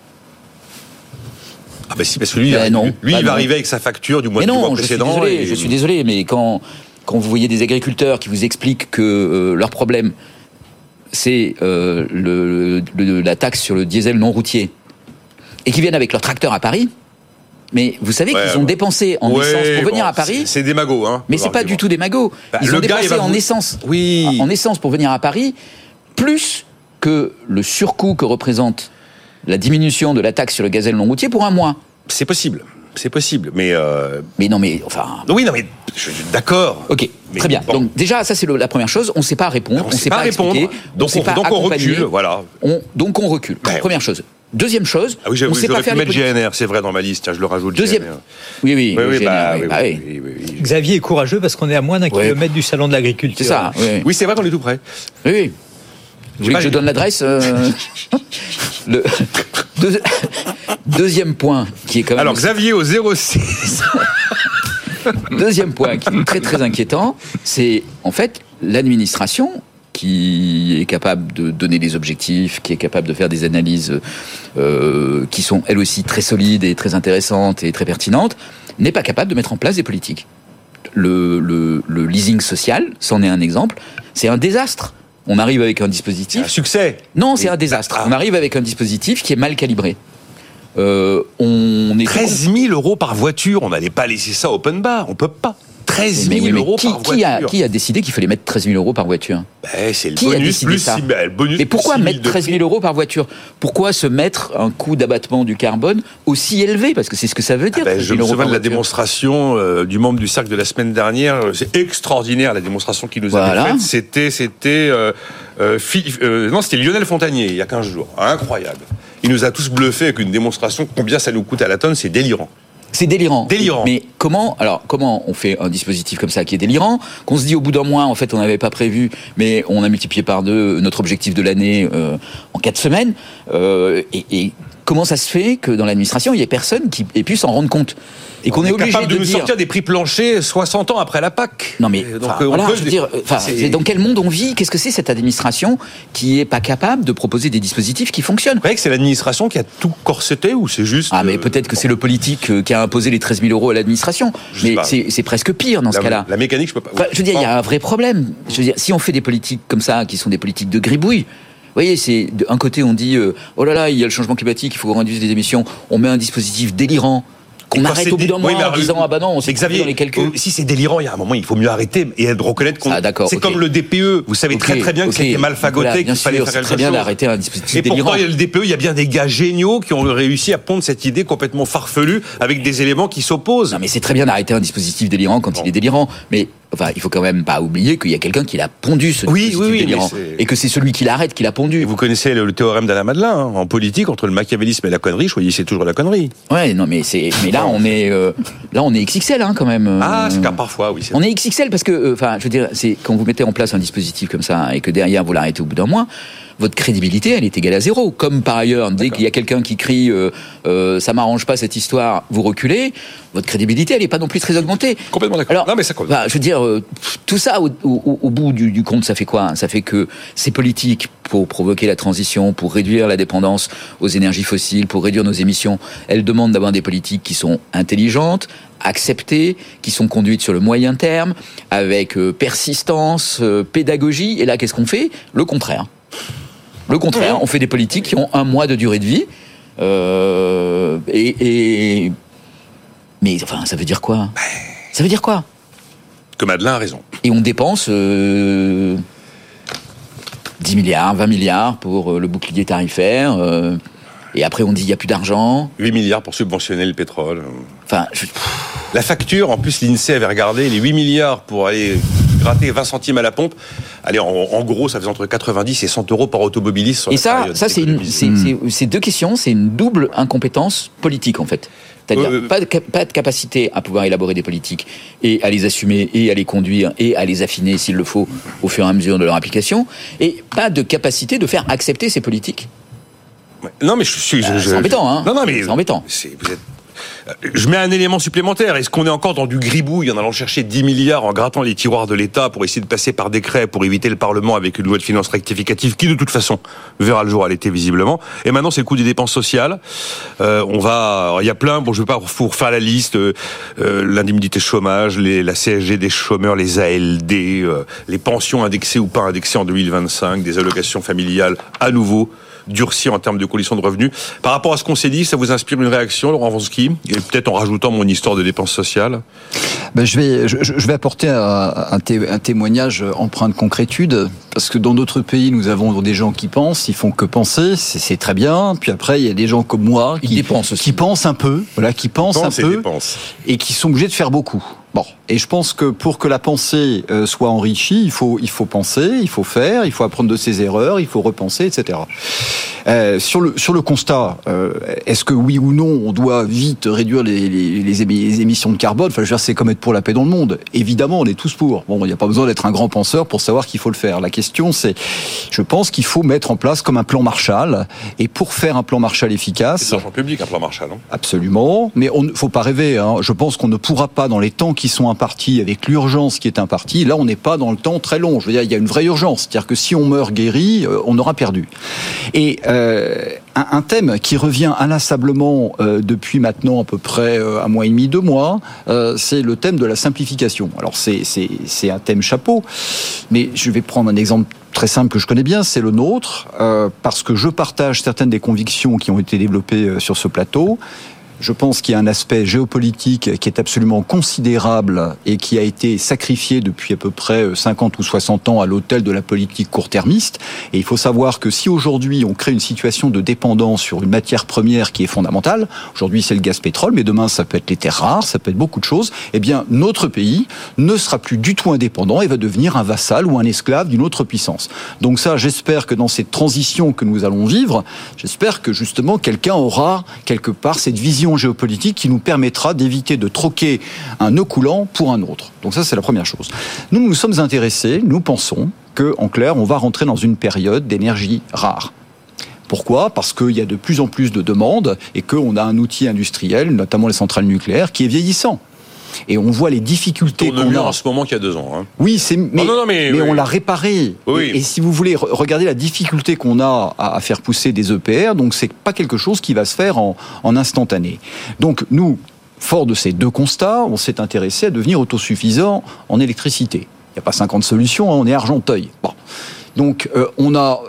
Ah bah si, parce que lui, il va arriver avec sa facture du mois précédent. Je suis désolé, mais quand vous voyez des agriculteurs qui vous expliquent que leur problème, c'est la taxe sur le diesel non routier, et qui viennent avec leur tracteur à Paris, mais vous savez qu'ils ont dépensé en essence pour venir à Paris. C'est des magots, hein. Mais c'est pas du tout des magots. Ils ont dépensé en essence pour venir à Paris, plus que le surcoût que représente la diminution de la taxe sur le gazole non routier pour un mois. C'est possible, mais... Mais non, mais enfin... Oui, non, mais je suis d'accord. Ok, très bien. Bon. Donc déjà, ça c'est la première chose, on ne sait pas répondre, on ne sait pas expliquer, donc on recule, voilà. Donc on recule, première chose. Deuxième chose, on ne sait pas faire les politiques. GNR, c'est vrai dans ma liste, tiens, je le rajoute. Deuxième. Oui. Xavier est courageux parce qu'on est à moins d'1 kilomètre du salon de l'agriculture. C'est ça. Oui, c'est vrai qu'on est tout près. Oui. Vous voulez que je donne l'adresse Le deuxième point qui est quand même... Alors, Xavier au 06. Deuxième point qui est très très inquiétant, c'est en fait l'administration qui est capable de donner des objectifs, qui est capable de faire des analyses qui sont elles aussi très solides et très intéressantes et très pertinentes, n'est pas capable de mettre en place des politiques. Le leasing social, c'en est un exemple, c'est un désastre. On arrive avec un dispositif... Un succès. Non, c'est un désastre. On arrive avec un dispositif qui est mal calibré. On est 13 000 € par voiture, on n'allait pas laisser ça open bar, on peut pas. 13 13 000 euros par voiture. Qui a décidé qu'il fallait mettre 13 000 euros par voiture? C'est le bonus plus le bonus. Mais pourquoi mettre 13 000 euros par voiture? Pourquoi se mettre un coût d'abattement du carbone aussi élevé? Parce que c'est ce que ça veut dire. Je me souviens de la démonstration du membre du cercle de la semaine dernière. C'est extraordinaire la démonstration qu'il nous avait faite. C'était Lionel Fontanier il y a 15 jours. Incroyable. Il nous a tous bluffés avec une démonstration. Combien ça nous coûte à la tonne? C'est délirant. C'est délirant. Mais comment on fait un dispositif comme ça qui est délirant, qu'on se dit au bout d'un mois, en fait, on n'avait pas prévu, mais on a multiplié par 2 notre objectif de l'année en 4 semaines, et comment ça se fait que dans l'administration, il n'y ait personne qui ait pu s'en rendre compte? Et qu'on est obligé capable de nous dire... sortir des prix planchers 60 ans après la PAC. Non mais dans quel monde on vit? Qu'est-ce que c'est cette administration qui est pas capable de proposer des dispositifs qui fonctionnent? Vous croyez que c'est l'administration qui a tout corseté ou c'est juste... mais peut-être que c'est le politique qui a imposé les 13 000 euros à l'administration. Mais c'est presque pire dans ce cas-là. La mécanique, je peux pas... je veux dire, il y a un vrai problème. Je veux dire, si on fait des politiques comme ça, qui sont des politiques de gribouille, vous voyez, c'est d'un côté on dit oh là là, il y a le changement climatique, il faut réduire les émissions. On met un dispositif délirant qu'on arrête au bout d'un mois en disant ah bah non, on s'est trompé dans les calculs. Si c'est délirant, il y a un moment, il faut mieux arrêter et reconnaître qu'on. C'est comme le DPE. Vous savez très bien que c'était mal fagoté, qu'il fallait faire quelque chose. C'est très bien d'arrêter un dispositif délirant. Et pourtant, il y a le DPE, il y a bien des gars géniaux qui ont réussi à pondre cette idée complètement farfelue avec des éléments qui s'opposent. Non, mais c'est très bien d'arrêter un dispositif délirant quand il est délirant, mais il faut quand même pas oublier qu'il y a quelqu'un qui l'a pondu, ce dispositif délirant, et que c'est celui qui l'arrête qui l'a pondu. Et vous connaissez le théorème d'Alain Madelin, en politique, entre le machiavélisme et la connerie, choisissez toujours la connerie. Ouais, non, mais là, on est XXL, quand même. C'est car parfois, oui. On est XXL parce que, je veux dire, c'est quand vous mettez en place un dispositif comme ça et que derrière vous l'arrêtez au bout d'un mois, votre crédibilité, elle est égale à 0. Comme par ailleurs, dès qu'il y a quelqu'un qui crie ça m'arrange pas cette histoire, vous reculez, votre crédibilité, elle est pas non plus très augmentée. Complètement d'accord. Alors, non, mais ça compte. Je veux dire, tout ça, au bout du compte, ça fait quoi? Ça fait que ces politiques, pour provoquer la transition, pour réduire la dépendance aux énergies fossiles, pour réduire nos émissions, elles demandent d'avoir des politiques qui sont intelligentes, acceptées, qui sont conduites sur le moyen terme, avec persistance, pédagogie. Et là, qu'est-ce qu'on fait? Le contraire. On fait des politiques qui ont 1 mois de durée de vie. Mais ça veut dire quoi? Ça veut dire quoi? Que Madelin a raison. Et on dépense 10 milliards, 20 milliards pour le bouclier tarifaire. Et après, on dit il n'y a plus d'argent. 8 milliards pour subventionner le pétrole. La facture, en plus, l'INSEE avait regardé les 8 milliards pour aller gratter 20 centimes à la pompe. Allez, en gros, ça faisait entre 90 et 100 euros par automobiliste. Sur et ça c'est 2 questions. C'est une double incompétence politique, en fait. C'est-à-dire pas de capacité à pouvoir élaborer des politiques et à les assumer et à les conduire et à les affiner s'il le faut au fur et à mesure de leur application, et pas de capacité de faire accepter ces politiques. Non, mais c'est embêtant, hein. Non, mais c'est embêtant. Je mets un élément supplémentaire. Est-ce qu'on est encore dans du gribouille en allant chercher 10 milliards en grattant les tiroirs de l'État pour essayer de passer par décret pour éviter le Parlement avec une loi de finances rectificative qui, de toute façon, verra le jour à l'été, visiblement. Et maintenant, c'est le coût des dépenses sociales. Il y a plein, je vais pas vous refaire la liste, l'indemnité chômage, la CSG des chômeurs, les ALD, les pensions indexées ou pas indexées en 2025, des allocations familiales à nouveau durci en termes de conditions de revenus. Par rapport à ce qu'on s'est dit, ça vous inspire une réaction, Laurent Wronski? Et peut-être en rajoutant mon histoire de dépenses sociales. Je vais apporter un témoignage empreint de concrétude, parce que dans d'autres pays, nous avons des gens qui pensent, ils font que penser, c'est très bien. Puis après, il y a des gens comme moi qui pensent un peu, et qui sont obligés de faire beaucoup. Bon, et je pense que pour que la pensée soit enrichie, il faut penser, il faut faire, il faut apprendre de ses erreurs, il faut repenser, etc. Sur le constat, est-ce que oui ou non, on doit vite réduire les émissions de carbone? Je veux dire, c'est comme être pour la paix dans le monde. Évidemment, on est tous pour. Bon, il n'y a pas besoin d'être un grand penseur pour savoir qu'il faut le faire. La question, c'est, je pense qu'il faut mettre en place comme un plan Marshall. Et pour faire un plan Marshall efficace... C'est de l'argent public, un plan Marshall, non? Absolument. Mais il ne faut pas rêver, hein. Je pense qu'on ne pourra pas, dans les temps qui sont impartis, avec l'urgence qui est impartie, là, on n'est pas dans le temps très long. Je veux dire, il y a une vraie urgence. C'est-à-dire que si on meurt guéri, on aura perdu. Et un thème qui revient inlassablement depuis maintenant à peu près 1 mois et demi, 2 mois, c'est le thème de la simplification. Alors c'est un thème chapeau, mais je vais prendre un exemple très simple que je connais bien, c'est le nôtre, parce que je partage certaines des convictions qui ont été développées sur ce plateau. Je pense qu'il y a un aspect géopolitique qui est absolument considérable et qui a été sacrifié depuis à peu près 50 ou 60 ans à l'autel de la politique court-termiste. Et il faut savoir que si aujourd'hui on crée une situation de dépendance sur une matière première qui est fondamentale, aujourd'hui c'est le gaz pétrole, mais demain ça peut être les terres rares, ça peut être beaucoup de choses, eh bien notre pays ne sera plus du tout indépendant et va devenir un vassal ou un esclave d'une autre puissance. Donc ça, j'espère que dans cette transition que nous allons vivre, j'espère que justement quelqu'un aura quelque part cette vision géopolitique qui nous permettra d'éviter de troquer un nœud coulant pour un autre. Donc ça, c'est la première chose. Nous sommes intéressés, nous pensons qu'en clair, on va rentrer dans une période d'énergie rare. Pourquoi ? Parce qu'il y a de plus en plus de demandes et qu'on a un outil industriel, notamment les centrales nucléaires, qui est vieillissant. Et on voit les difficultés qu'on a en ce moment qu'il y a 2 ans. Hein. Oui, mais oui. On l'a réparé. Oui. Et si vous voulez regarder la difficulté qu'on a à faire pousser des EPR, donc c'est pas quelque chose qui va se faire en instantané. Donc nous, fort de ces 2 constats, on s'est intéressé à devenir autosuffisant en électricité. Il n'y a pas 50 solutions, on est Argenteuil. Bon. Donc on a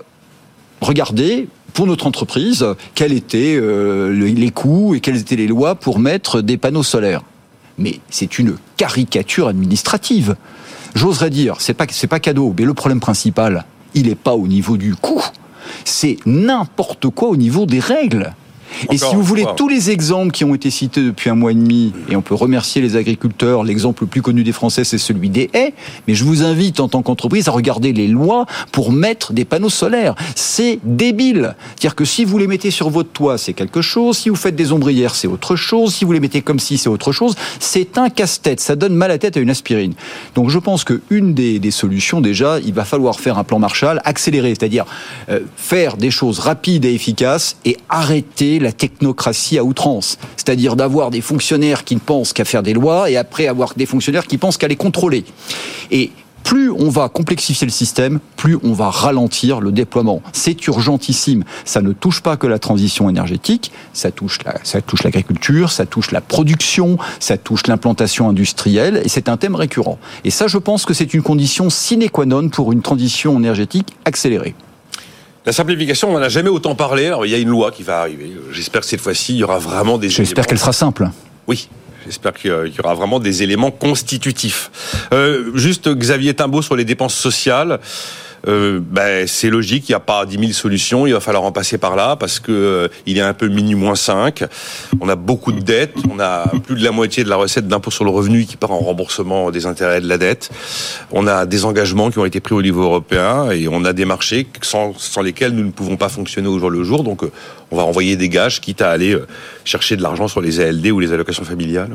regardé pour notre entreprise quels étaient les coûts et quelles étaient les lois pour mettre des panneaux solaires. Mais c'est une caricature administrative. J'oserais dire, c'est pas cadeau, mais le problème principal, il n'est pas au niveau du coût. C'est n'importe quoi au niveau des règles. Et si vous voulez, tous les exemples qui ont été cités depuis 1 mois et demi, et on peut remercier les agriculteurs, l'exemple le plus connu des Français, c'est celui des haies, mais je vous invite en tant qu'entreprise à regarder les lois pour mettre des panneaux solaires. C'est débile. C'est-à-dire que si vous les mettez sur votre toit, c'est quelque chose, si vous faites des ombrières, c'est autre chose, si vous les mettez comme si, c'est autre chose. C'est un casse-tête, ça donne mal à la tête à une aspirine. Donc je pense qu'une des solutions, déjà, il va falloir faire un plan Marshall accéléré, c'est-à-dire faire des choses rapides et efficaces et arrêter la technocratie à outrance, c'est-à-dire d'avoir des fonctionnaires qui ne pensent qu'à faire des lois et après avoir des fonctionnaires qui pensent qu'à les contrôler. Et plus on va complexifier le système, plus on va ralentir le déploiement. C'est urgentissime. Ça ne touche pas que la transition énergétique, ça touche l'agriculture, ça touche la production, ça touche l'implantation industrielle, et c'est un thème récurrent. Et ça, je pense que c'est une condition sine qua non pour une transition énergétique accélérée. La simplification, on n'en a jamais autant parlé. Alors, il y a une loi qui va arriver. J'espère que cette fois-ci, il y aura vraiment des éléments... J'espère qu'elle sera simple. Oui, j'espère qu'il y aura vraiment des éléments constitutifs. Juste, Xavier Timbaud, sur les dépenses sociales... c'est logique, il n'y a pas 10 000 solutions, il va falloir en passer par là parce que il est un peu -5. On a beaucoup de dettes, on a plus de la moitié de la recette d'impôt sur le revenu qui part en remboursement des intérêts de la dette. On a des engagements qui ont été pris au niveau européen et on a des marchés sans lesquels nous ne pouvons pas fonctionner au jour le jour. Donc on va envoyer des gages quitte à aller chercher de l'argent sur les ALD ou les allocations familiales.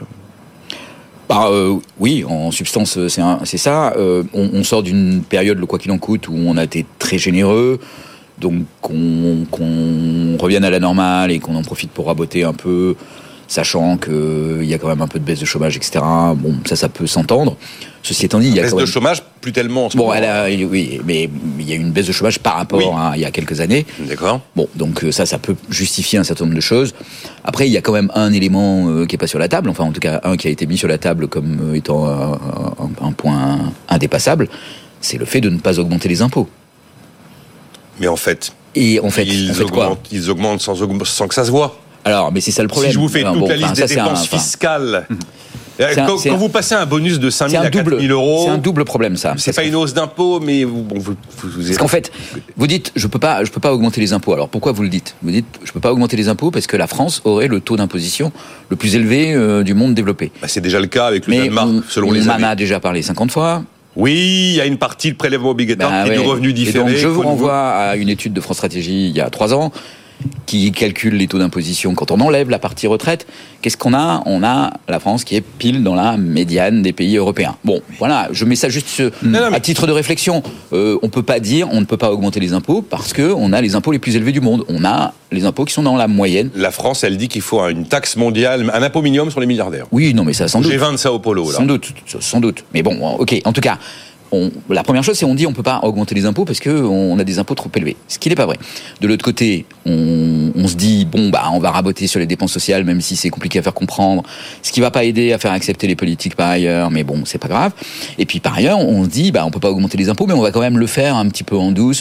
Oui, en substance, c'est ça. On sort d'une période, le quoi qu'il en coûte, où on a été très généreux. Donc, qu'on revienne à la normale et qu'on en profite pour raboter un peu, sachant qu'il y a quand même un peu de baisse de chômage, etc. Bon, ça peut s'entendre. Ceci étant dit, il y a baisse quand même... de chômage, plus tellement en ce moment. Oui, mais il y a une baisse de chômage par rapport à il y a quelques années. D'accord. Bon, donc ça peut justifier un certain nombre de choses. Après, il y a quand même un élément qui est pas sur la table, enfin en tout cas un qui a été mis sur la table comme étant un point indépassable, c'est le fait de ne pas augmenter les impôts. Mais en fait, ils augmentent sans que ça se voit. Alors, mais c'est ça le problème. Si je vous fais toute la liste des dépenses fiscales... Quand vous passez un bonus de 5 000 à 4 000 euros... C'est un double problème, ça. C'est pas une hausse d'impôt, mais vous parce qu'en fait, vous dites, je peux pas augmenter les impôts. Alors, pourquoi vous le dites ? Vous dites, je peux pas augmenter les impôts parce que la France aurait le taux d'imposition le plus élevé du monde développé. C'est déjà le cas avec le Danemark, selon les années. On en a déjà parlé 50 fois. Oui, il y a une partie de prélèvement obligatoire qui est du revenu différé. Et donc, je vous renvoie à une étude de France Stratégie il y a 3 ans qui calcule les taux d'imposition quand on enlève la partie retraite. Qu'est-ce qu'on a ? On a la France qui est pile dans la médiane des pays européens. Bon, voilà, je mets ça juste à titre de réflexion. On ne peut pas augmenter les impôts parce qu'on a les impôts les plus élevés du monde. On a les impôts qui sont dans la moyenne. La France, elle dit qu'il faut une taxe mondiale, un impôt minimum sur les milliardaires. Oui, non, mais ça sans doute. G20 de Sao Paulo, là. Sans doute. Mais bon, ok, en tout cas... la première chose, c'est on dit on peut pas augmenter les impôts parce que on a des impôts trop élevés. Ce qui n'est pas vrai. De l'autre côté, on se dit on va raboter sur les dépenses sociales, même si c'est compliqué à faire comprendre. Ce qui va pas aider à faire accepter les politiques par ailleurs, mais bon, c'est pas grave. Et puis par ailleurs, on se dit on peut pas augmenter les impôts, mais on va quand même le faire un petit peu en douce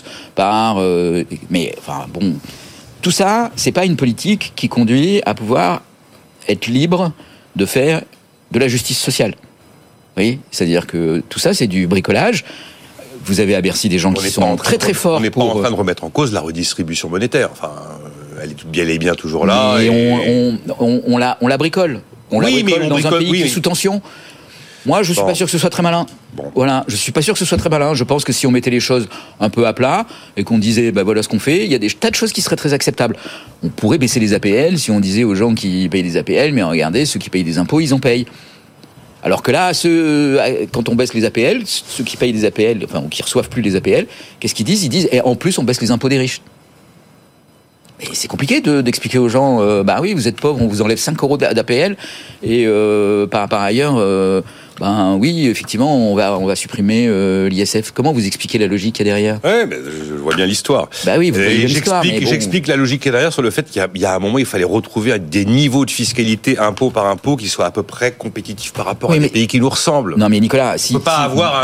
tout ça, c'est pas une politique qui conduit à pouvoir être libre de faire de la justice sociale. Oui, c'est-à-dire que tout ça, c'est du bricolage. Vous avez à Bercy des gens qui sont très très forts. On n'est pas en train de remettre en cause la redistribution monétaire. Enfin, elle est bien toujours là. On la bricole. On la bricole dans un pays qui est sous tension. Moi, je suis pas sûr que ce soit très malin. Bon. Voilà, je suis pas sûr que ce soit très malin. Je pense que si on mettait les choses un peu à plat et qu'on disait, voilà ce qu'on fait, il y a des tas de choses qui seraient très acceptables. On pourrait baisser les APL si on disait aux gens qui payent des APL, mais regardez, ceux qui payent des impôts, ils en payent. Alors que là, quand on baisse les APL, ceux qui payent des APL, enfin, qui reçoivent plus les APL, qu'est-ce qu'ils disent ? Ils disent, et en plus, on baisse les impôts des riches. Et c'est compliqué d'expliquer aux gens, oui, vous êtes pauvres, on vous enlève 5 euros d'APL, et par ailleurs, oui, effectivement, on va supprimer l'ISF. Comment vous expliquez la logique qu'il y a derrière ? Ouais, je vois bien l'histoire. Oui, vous voyez bien l'histoire. J'explique la logique qu'il y a derrière sur le fait qu'il y a un moment, il fallait retrouver des niveaux de fiscalité impôt par impôt qui soient à peu près compétitifs par rapport à des pays qui nous ressemblent. Non, mais Nicolas, on ne peut pas avoir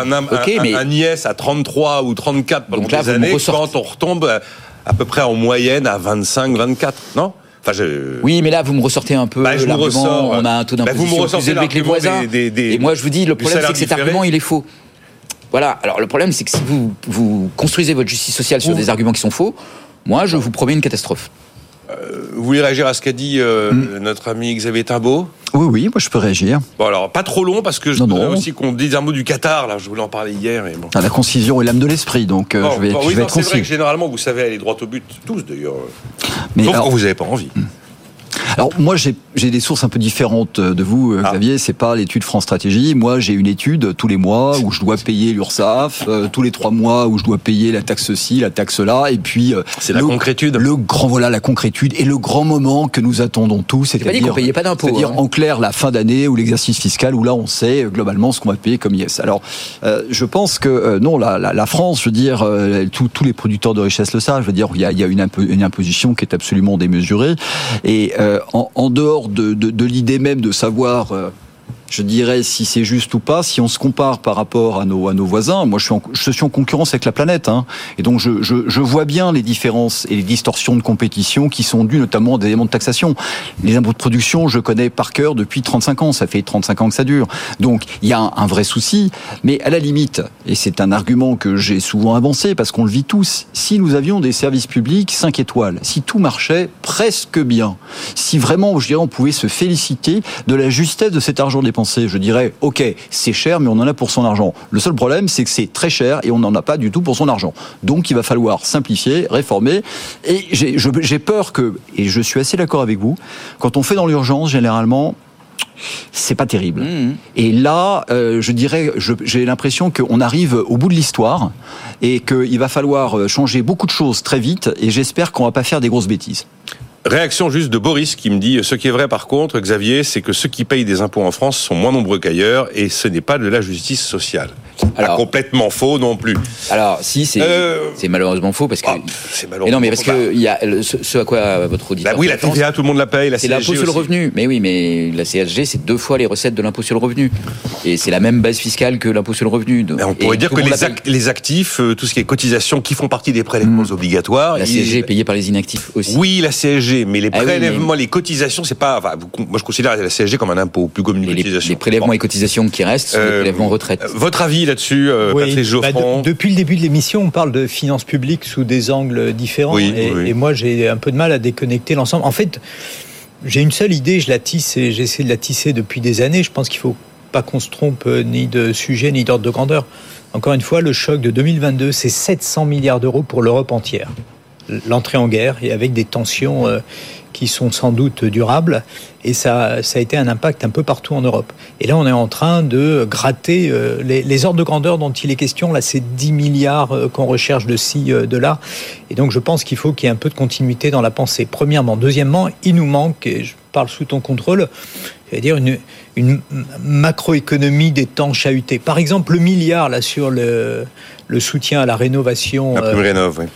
un IS à 33 ou 34 pendant des années quand on retombe à peu près en moyenne à 25, 24, non ? Oui, mais là, vous me ressortez un peu l'argument, on a un taux d'imposition plus élevé que les voisins. Et moi, je vous dis, le problème, c'est que cet argument, il est faux. Voilà, alors le problème, c'est que si vous construisez votre justice sociale sur des arguments qui sont faux, moi, je vous promets une catastrophe. Vous voulez réagir à ce qu'a dit notre ami Xavier Timbaud ? Oui, moi je peux réagir. Bon alors, pas trop long, parce que je voudrais aussi qu'on dise un mot du Qatar, là, je voulais en parler hier. Mais bon. La concision est l'âme de l'esprit, donc je vais être concis. C'est vrai que généralement, vous savez aller droit au but, tous d'ailleurs. Sauf quand vous n'avez pas envie. Alors moi j'ai des sources un peu différentes de vous, Xavier. C'est pas l'étude France Stratégie. Moi j'ai une étude tous les mois où je dois payer l'URSSAF, tous les 3 mois où je dois payer la taxe ci, la taxe là, et puis c'est la concrétude. La concrétude et le grand moment que nous attendons tous, c'est-à-dire qu'on payait pas d'impôts. C'est-à-dire en clair la fin d'année ou l'exercice fiscal où là on sait globalement ce qu'on va payer comme IS. Alors je pense que non, la France, je veux dire, tous les producteurs de richesse le savent. Je veux dire, il y a une imposition qui est absolument démesurée et en dehors de l'idée même de savoir, je dirais, si c'est juste ou pas, si on se compare par rapport à nos voisins, moi je suis en concurrence avec la planète, et donc je vois bien les différences et les distorsions de compétition qui sont dues notamment à des éléments de taxation. Les impôts de production, je connais par cœur depuis 35 ans, ça fait 35 ans que ça dure. Donc il y a un vrai souci, mais à la limite, et c'est un argument que j'ai souvent avancé parce qu'on le vit tous, si nous avions des services publics 5 étoiles, si tout marchait presque bien, si vraiment, je dirais, on pouvait se féliciter de la justesse de cet argent dépensé, je dirais, ok, c'est cher, mais on en a pour son argent. Le seul problème, c'est que c'est très cher et on n'en a pas du tout pour son argent. Donc, il va falloir simplifier, réformer. Et j'ai peur que, et je suis assez d'accord avec vous, quand on fait dans l'urgence, généralement, c'est pas terrible. Et là, je dirais, j'ai l'impression qu'on arrive au bout de l'histoire et qu'il va falloir changer beaucoup de choses très vite. Et j'espère qu'on va pas faire des grosses bêtises. Réaction juste de Boris qui me dit, ce qui est vrai par contre, Xavier, c'est que ceux qui payent des impôts en France sont moins nombreux qu'ailleurs et ce n'est pas de la justice sociale. Alors, pas complètement faux non plus. Alors si, c'est malheureusement faux parce que c'est malheureusement. Mais non, mais parce que il y a ce à quoi votre auditeur. Oui, la TVA, tout le monde la paye. La c'est CSG l'impôt sur le revenu. Mais oui, mais la CSG, c'est 2 fois les recettes de l'impôt sur le revenu et c'est la même base fiscale que l'impôt sur le revenu. Mais on pourrait dire que les actifs, tout ce qui est cotisation, qui font partie des prélèvements obligatoires. La CSG est payée par les inactifs aussi. Oui, la CSG, mais les prélèvements, les cotisations, c'est pas. Enfin, moi, je considère la CSG comme un impôt, plus comme une cotisation. Les prélèvements et cotisations qui restent sont des prélèvements retraite. Votre avis là-dessus, Patrice Geoffrand ? Depuis le début de l'émission, on parle de finances publiques sous des angles différents. Et moi, j'ai un peu de mal à déconnecter l'ensemble. En fait, j'ai une seule idée, je la tisse et j'essaie de la tisser depuis des années. Je pense qu'il ne faut pas qu'on se trompe ni de sujet ni d'ordre de grandeur. Encore une fois, le choc de 2022, c'est 700 milliards d'euros pour l'Europe entière. L'entrée en guerre et avec des tensions qui sont sans doute durables, et ça a été un impact un peu partout en Europe. Et là, on est en train de gratter les ordres de grandeur dont il est question. Là, c'est 10 milliards qu'on recherche de ci, de là. Et donc, je pense qu'il faut qu'il y ait un peu de continuité dans la pensée, premièrement. Deuxièmement, il nous manque, et je parle sous ton contrôle, c'est-à-dire une macroéconomie des temps chahutés. Par exemple, le milliard là, sur le soutien à la rénovation... La prime rénov', oui.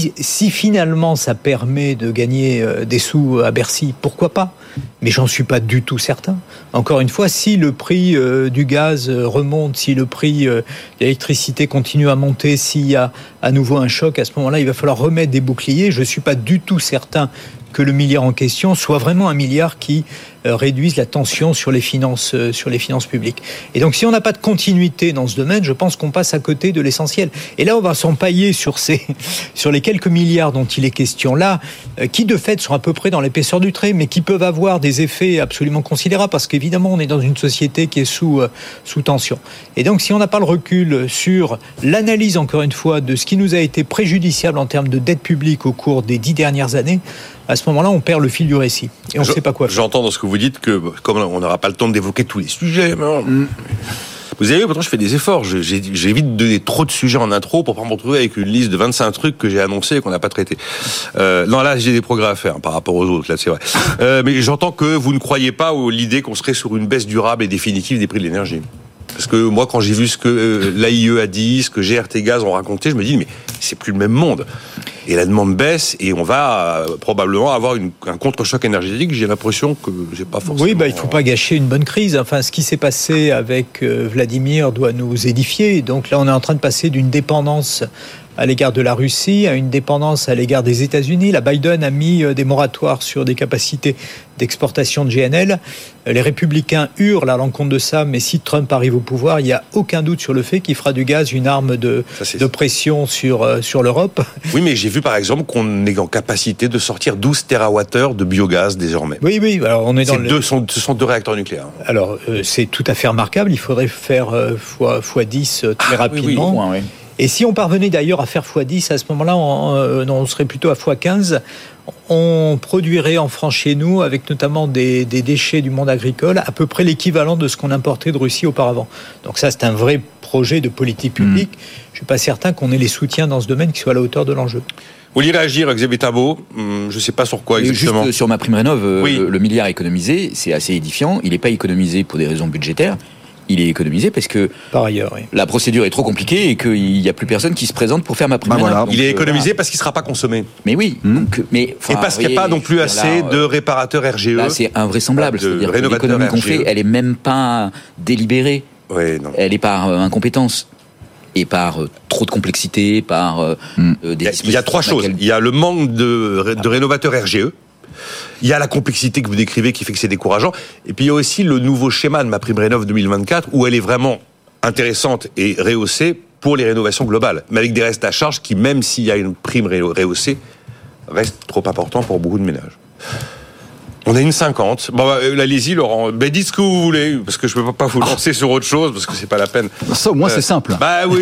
Si finalement ça permet de gagner des sous à Bercy, pourquoi pas ? Mais j'en suis pas du tout certain. Encore une fois, si le prix du gaz remonte, si le prix de l'électricité continue à monter, s'il y a à nouveau un choc, à ce moment-là, il va falloir remettre des boucliers. Je suis pas du tout certain que le milliard en question soit vraiment un milliard qui réduise la tension sur les finances publiques. Et donc, si on n'a pas de continuité dans ce domaine, je pense qu'on passe à côté de l'essentiel. Et là, on va s'empailler sur les quelques milliards dont il est question là, qui de fait sont à peu près dans l'épaisseur du trait, mais qui peuvent avoir des effets absolument considérables, parce qu'évidemment, on est dans une société qui est sous tension. Et donc, si on n'a pas le recul sur l'analyse, encore une fois, de ce qui nous a été préjudiciable en termes de dette publique au cours des 10 dernières années, à ce moment-là, on perd le fil du récit. Et on ne sait pas quoi faire. J'entends dans ce que vous dites que, comme on n'aura pas le temps d'évoquer tous les sujets, vous avez vu, pourtant je fais des efforts. J'évite de donner trop de sujets en intro pour pas me retrouver avec une liste de 25 trucs que j'ai annoncés et qu'on n'a pas traités. Non, là, j'ai des progrès à faire par rapport aux autres, là, c'est vrai. Mais j'entends que vous ne croyez pas à l'idée qu'on serait sur une baisse durable et définitive des prix de l'énergie. Parce que moi, quand j'ai vu ce que l'AIE a dit, ce que GRT Gaz ont raconté, je me dis, mais c'est plus le même monde. Et la demande baisse et on va probablement avoir un contre-choc énergétique. J'ai l'impression que j'ai pas forcément... Oui, il ne faut pas gâcher une bonne crise. Enfin, ce qui s'est passé avec Vladimir doit nous édifier. Donc là, on est en train de passer d'une dépendance à l'égard de la Russie, à une dépendance à l'égard des États-Unis. La Biden a mis des moratoires sur des capacités d'exportation de GNL. Les républicains hurlent à l'encontre de ça, mais si Trump arrive au pouvoir, il n'y a aucun doute sur le fait qu'il fera du gaz une arme de pression sur l'Europe. Oui, mais j'ai vu par exemple qu'on est en capacité de sortir 12 TWh de biogaz désormais. Oui. Alors on est dans ce sont 2 réacteurs nucléaires. Alors c'est tout à fait remarquable. Il faudrait faire fois 10 très rapidement. Oui. Et si on parvenait d'ailleurs à faire x10, à ce moment-là, on serait plutôt à x15. On produirait en France chez nous, avec notamment des déchets du monde agricole, à peu près l'équivalent de ce qu'on importait de Russie auparavant. Donc ça, c'est un vrai projet de politique publique. Je ne suis pas certain qu'on ait les soutiens dans ce domaine qui soient à la hauteur de l'enjeu. Vous voulez réagir, Xavier Tabot ? Je ne sais pas sur quoi exactement. Juste sur ma prime rénov, le milliard économisé, c'est assez édifiant. Il n'est pas économisé pour des raisons budgétaires. Il est économisé parce que par ailleurs, la procédure est trop compliquée et qu'il n'y a plus personne qui se présente pour faire ma prime. Voilà. Il est économisé parce qu'il ne sera pas consommé. Mais oui. Et parce qu'il n'y a pas non plus assez de réparateurs RGE. Là, c'est invraisemblable. C'est-à-dire que l'économie qu'on fait, elle n'est même pas délibérée. Oui, non. Elle est par incompétence. Et par trop de complexité, par des... Il y a 3 choses. Il y a le manque de rénovateurs RGE. Il y a la complexité que vous décrivez qui fait que c'est décourageant. Et puis il y a aussi le nouveau schéma de ma prime rénov 2024 où elle est vraiment intéressante et rehaussée pour les rénovations globales. Mais avec des restes à charge qui, même s'il y a une prime rehaussée, restent trop importants pour beaucoup de ménages. On a une 50. Bon, allez-y, Laurent. Dites ce que vous voulez, parce que je ne peux pas vous lancer sur autre chose, parce que c'est pas la peine. Ça, au moins, c'est simple.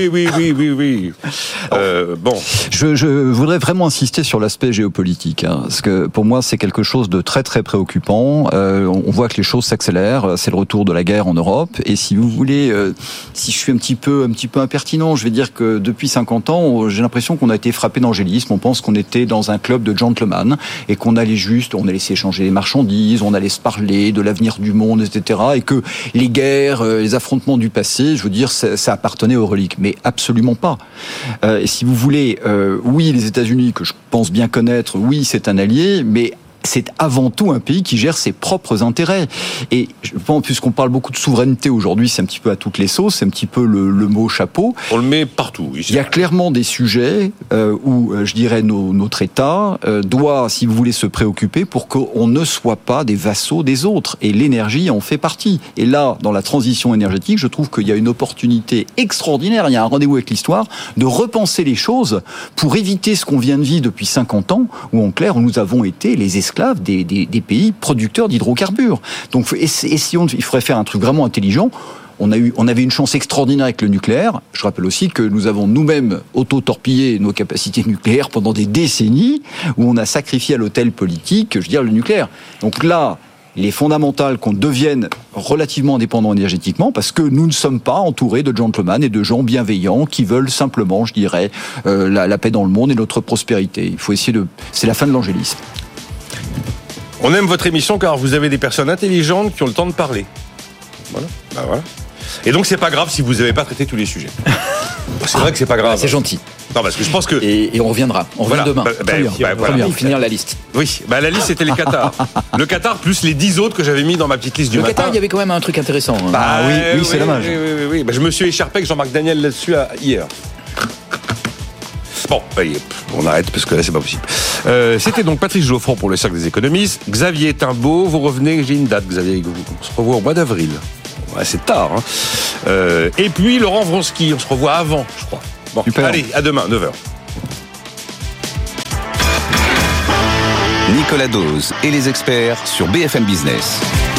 Oui. Bon. Je voudrais vraiment insister sur l'aspect géopolitique, parce que pour moi, c'est quelque chose de très, très préoccupant. On voit que les choses s'accélèrent. C'est le retour de la guerre en Europe. Et si vous voulez, si je suis un petit peu impertinent, je vais dire que depuis 50 ans, j'ai l'impression qu'on a été frappé d'angélisme. On pense qu'on était dans un club de gentlemen et qu'on allait on allait s'échanger les marchandises, on allait se parler de l'avenir du monde, etc. Et que les guerres, les affrontements du passé, je veux dire, ça appartenait aux reliques. Mais absolument pas. Et si vous voulez, oui, les États-Unis, que je pense bien connaître, oui, c'est un allié, mais c'est avant tout un pays qui gère ses propres intérêts. Et je pense, puisqu'on parle beaucoup de souveraineté aujourd'hui, c'est un petit peu à toutes les sauces, c'est un petit peu le mot chapeau. On le met partout. Il y a clairement des sujets où, je dirais, notre État doit, si vous voulez, se préoccuper pour qu'on ne soit pas des vassaux des autres. Et l'énergie en fait partie. Et là, dans la transition énergétique, je trouve qu'il y a une opportunité extraordinaire, il y a un rendez-vous avec l'histoire, de repenser les choses pour éviter ce qu'on vient de vivre depuis 50 ans, où en clair, nous avons été les esclaves des pays producteurs d'hydrocarbures. Donc, essayons, il faudrait faire un truc vraiment intelligent. On avait une chance extraordinaire avec le nucléaire. Je rappelle aussi que nous avons nous-mêmes auto-torpillé nos capacités nucléaires pendant des décennies, où on a sacrifié à l'autel politique, je veux dire, le nucléaire. Donc là, il est fondamental qu'on devienne relativement indépendant énergétiquement, parce que nous ne sommes pas entourés de gentlemen et de gens bienveillants qui veulent simplement, je dirais, la paix dans le monde et notre prospérité. Il faut essayer c'est la fin de l'angélisme. On aime votre émission car vous avez des personnes intelligentes qui ont le temps de parler. Voilà. Et donc c'est pas grave si vous n'avez pas traité tous les sujets. C'est vrai que c'est pas grave. C'est gentil. Non, parce que je pense que... Et on reviendra. On revient demain. Voilà. Finir la liste. Oui, la liste c'était les Qatar. Le Qatar plus les 10 autres que j'avais mis dans ma petite liste du matin. Le Qatar, il y avait quand même un truc intéressant. Oui, c'est dommage. Oui. Je me suis écharpé avec Jean-Marc Daniel là-dessus hier. Bon, on arrête parce que là, c'est pas possible. C'était donc Patrice Geoffroy pour le Cercle des économistes. Xavier Timbaud, vous revenez, j'ai une date, Xavier. On se revoit au mois d'avril. Ouais, c'est tard. Hein. Et puis Laurent Vronsky, on se revoit avant, je crois. Bon, super. Allez, à demain, 9h. Nicolas Dose et les experts sur BFM Business.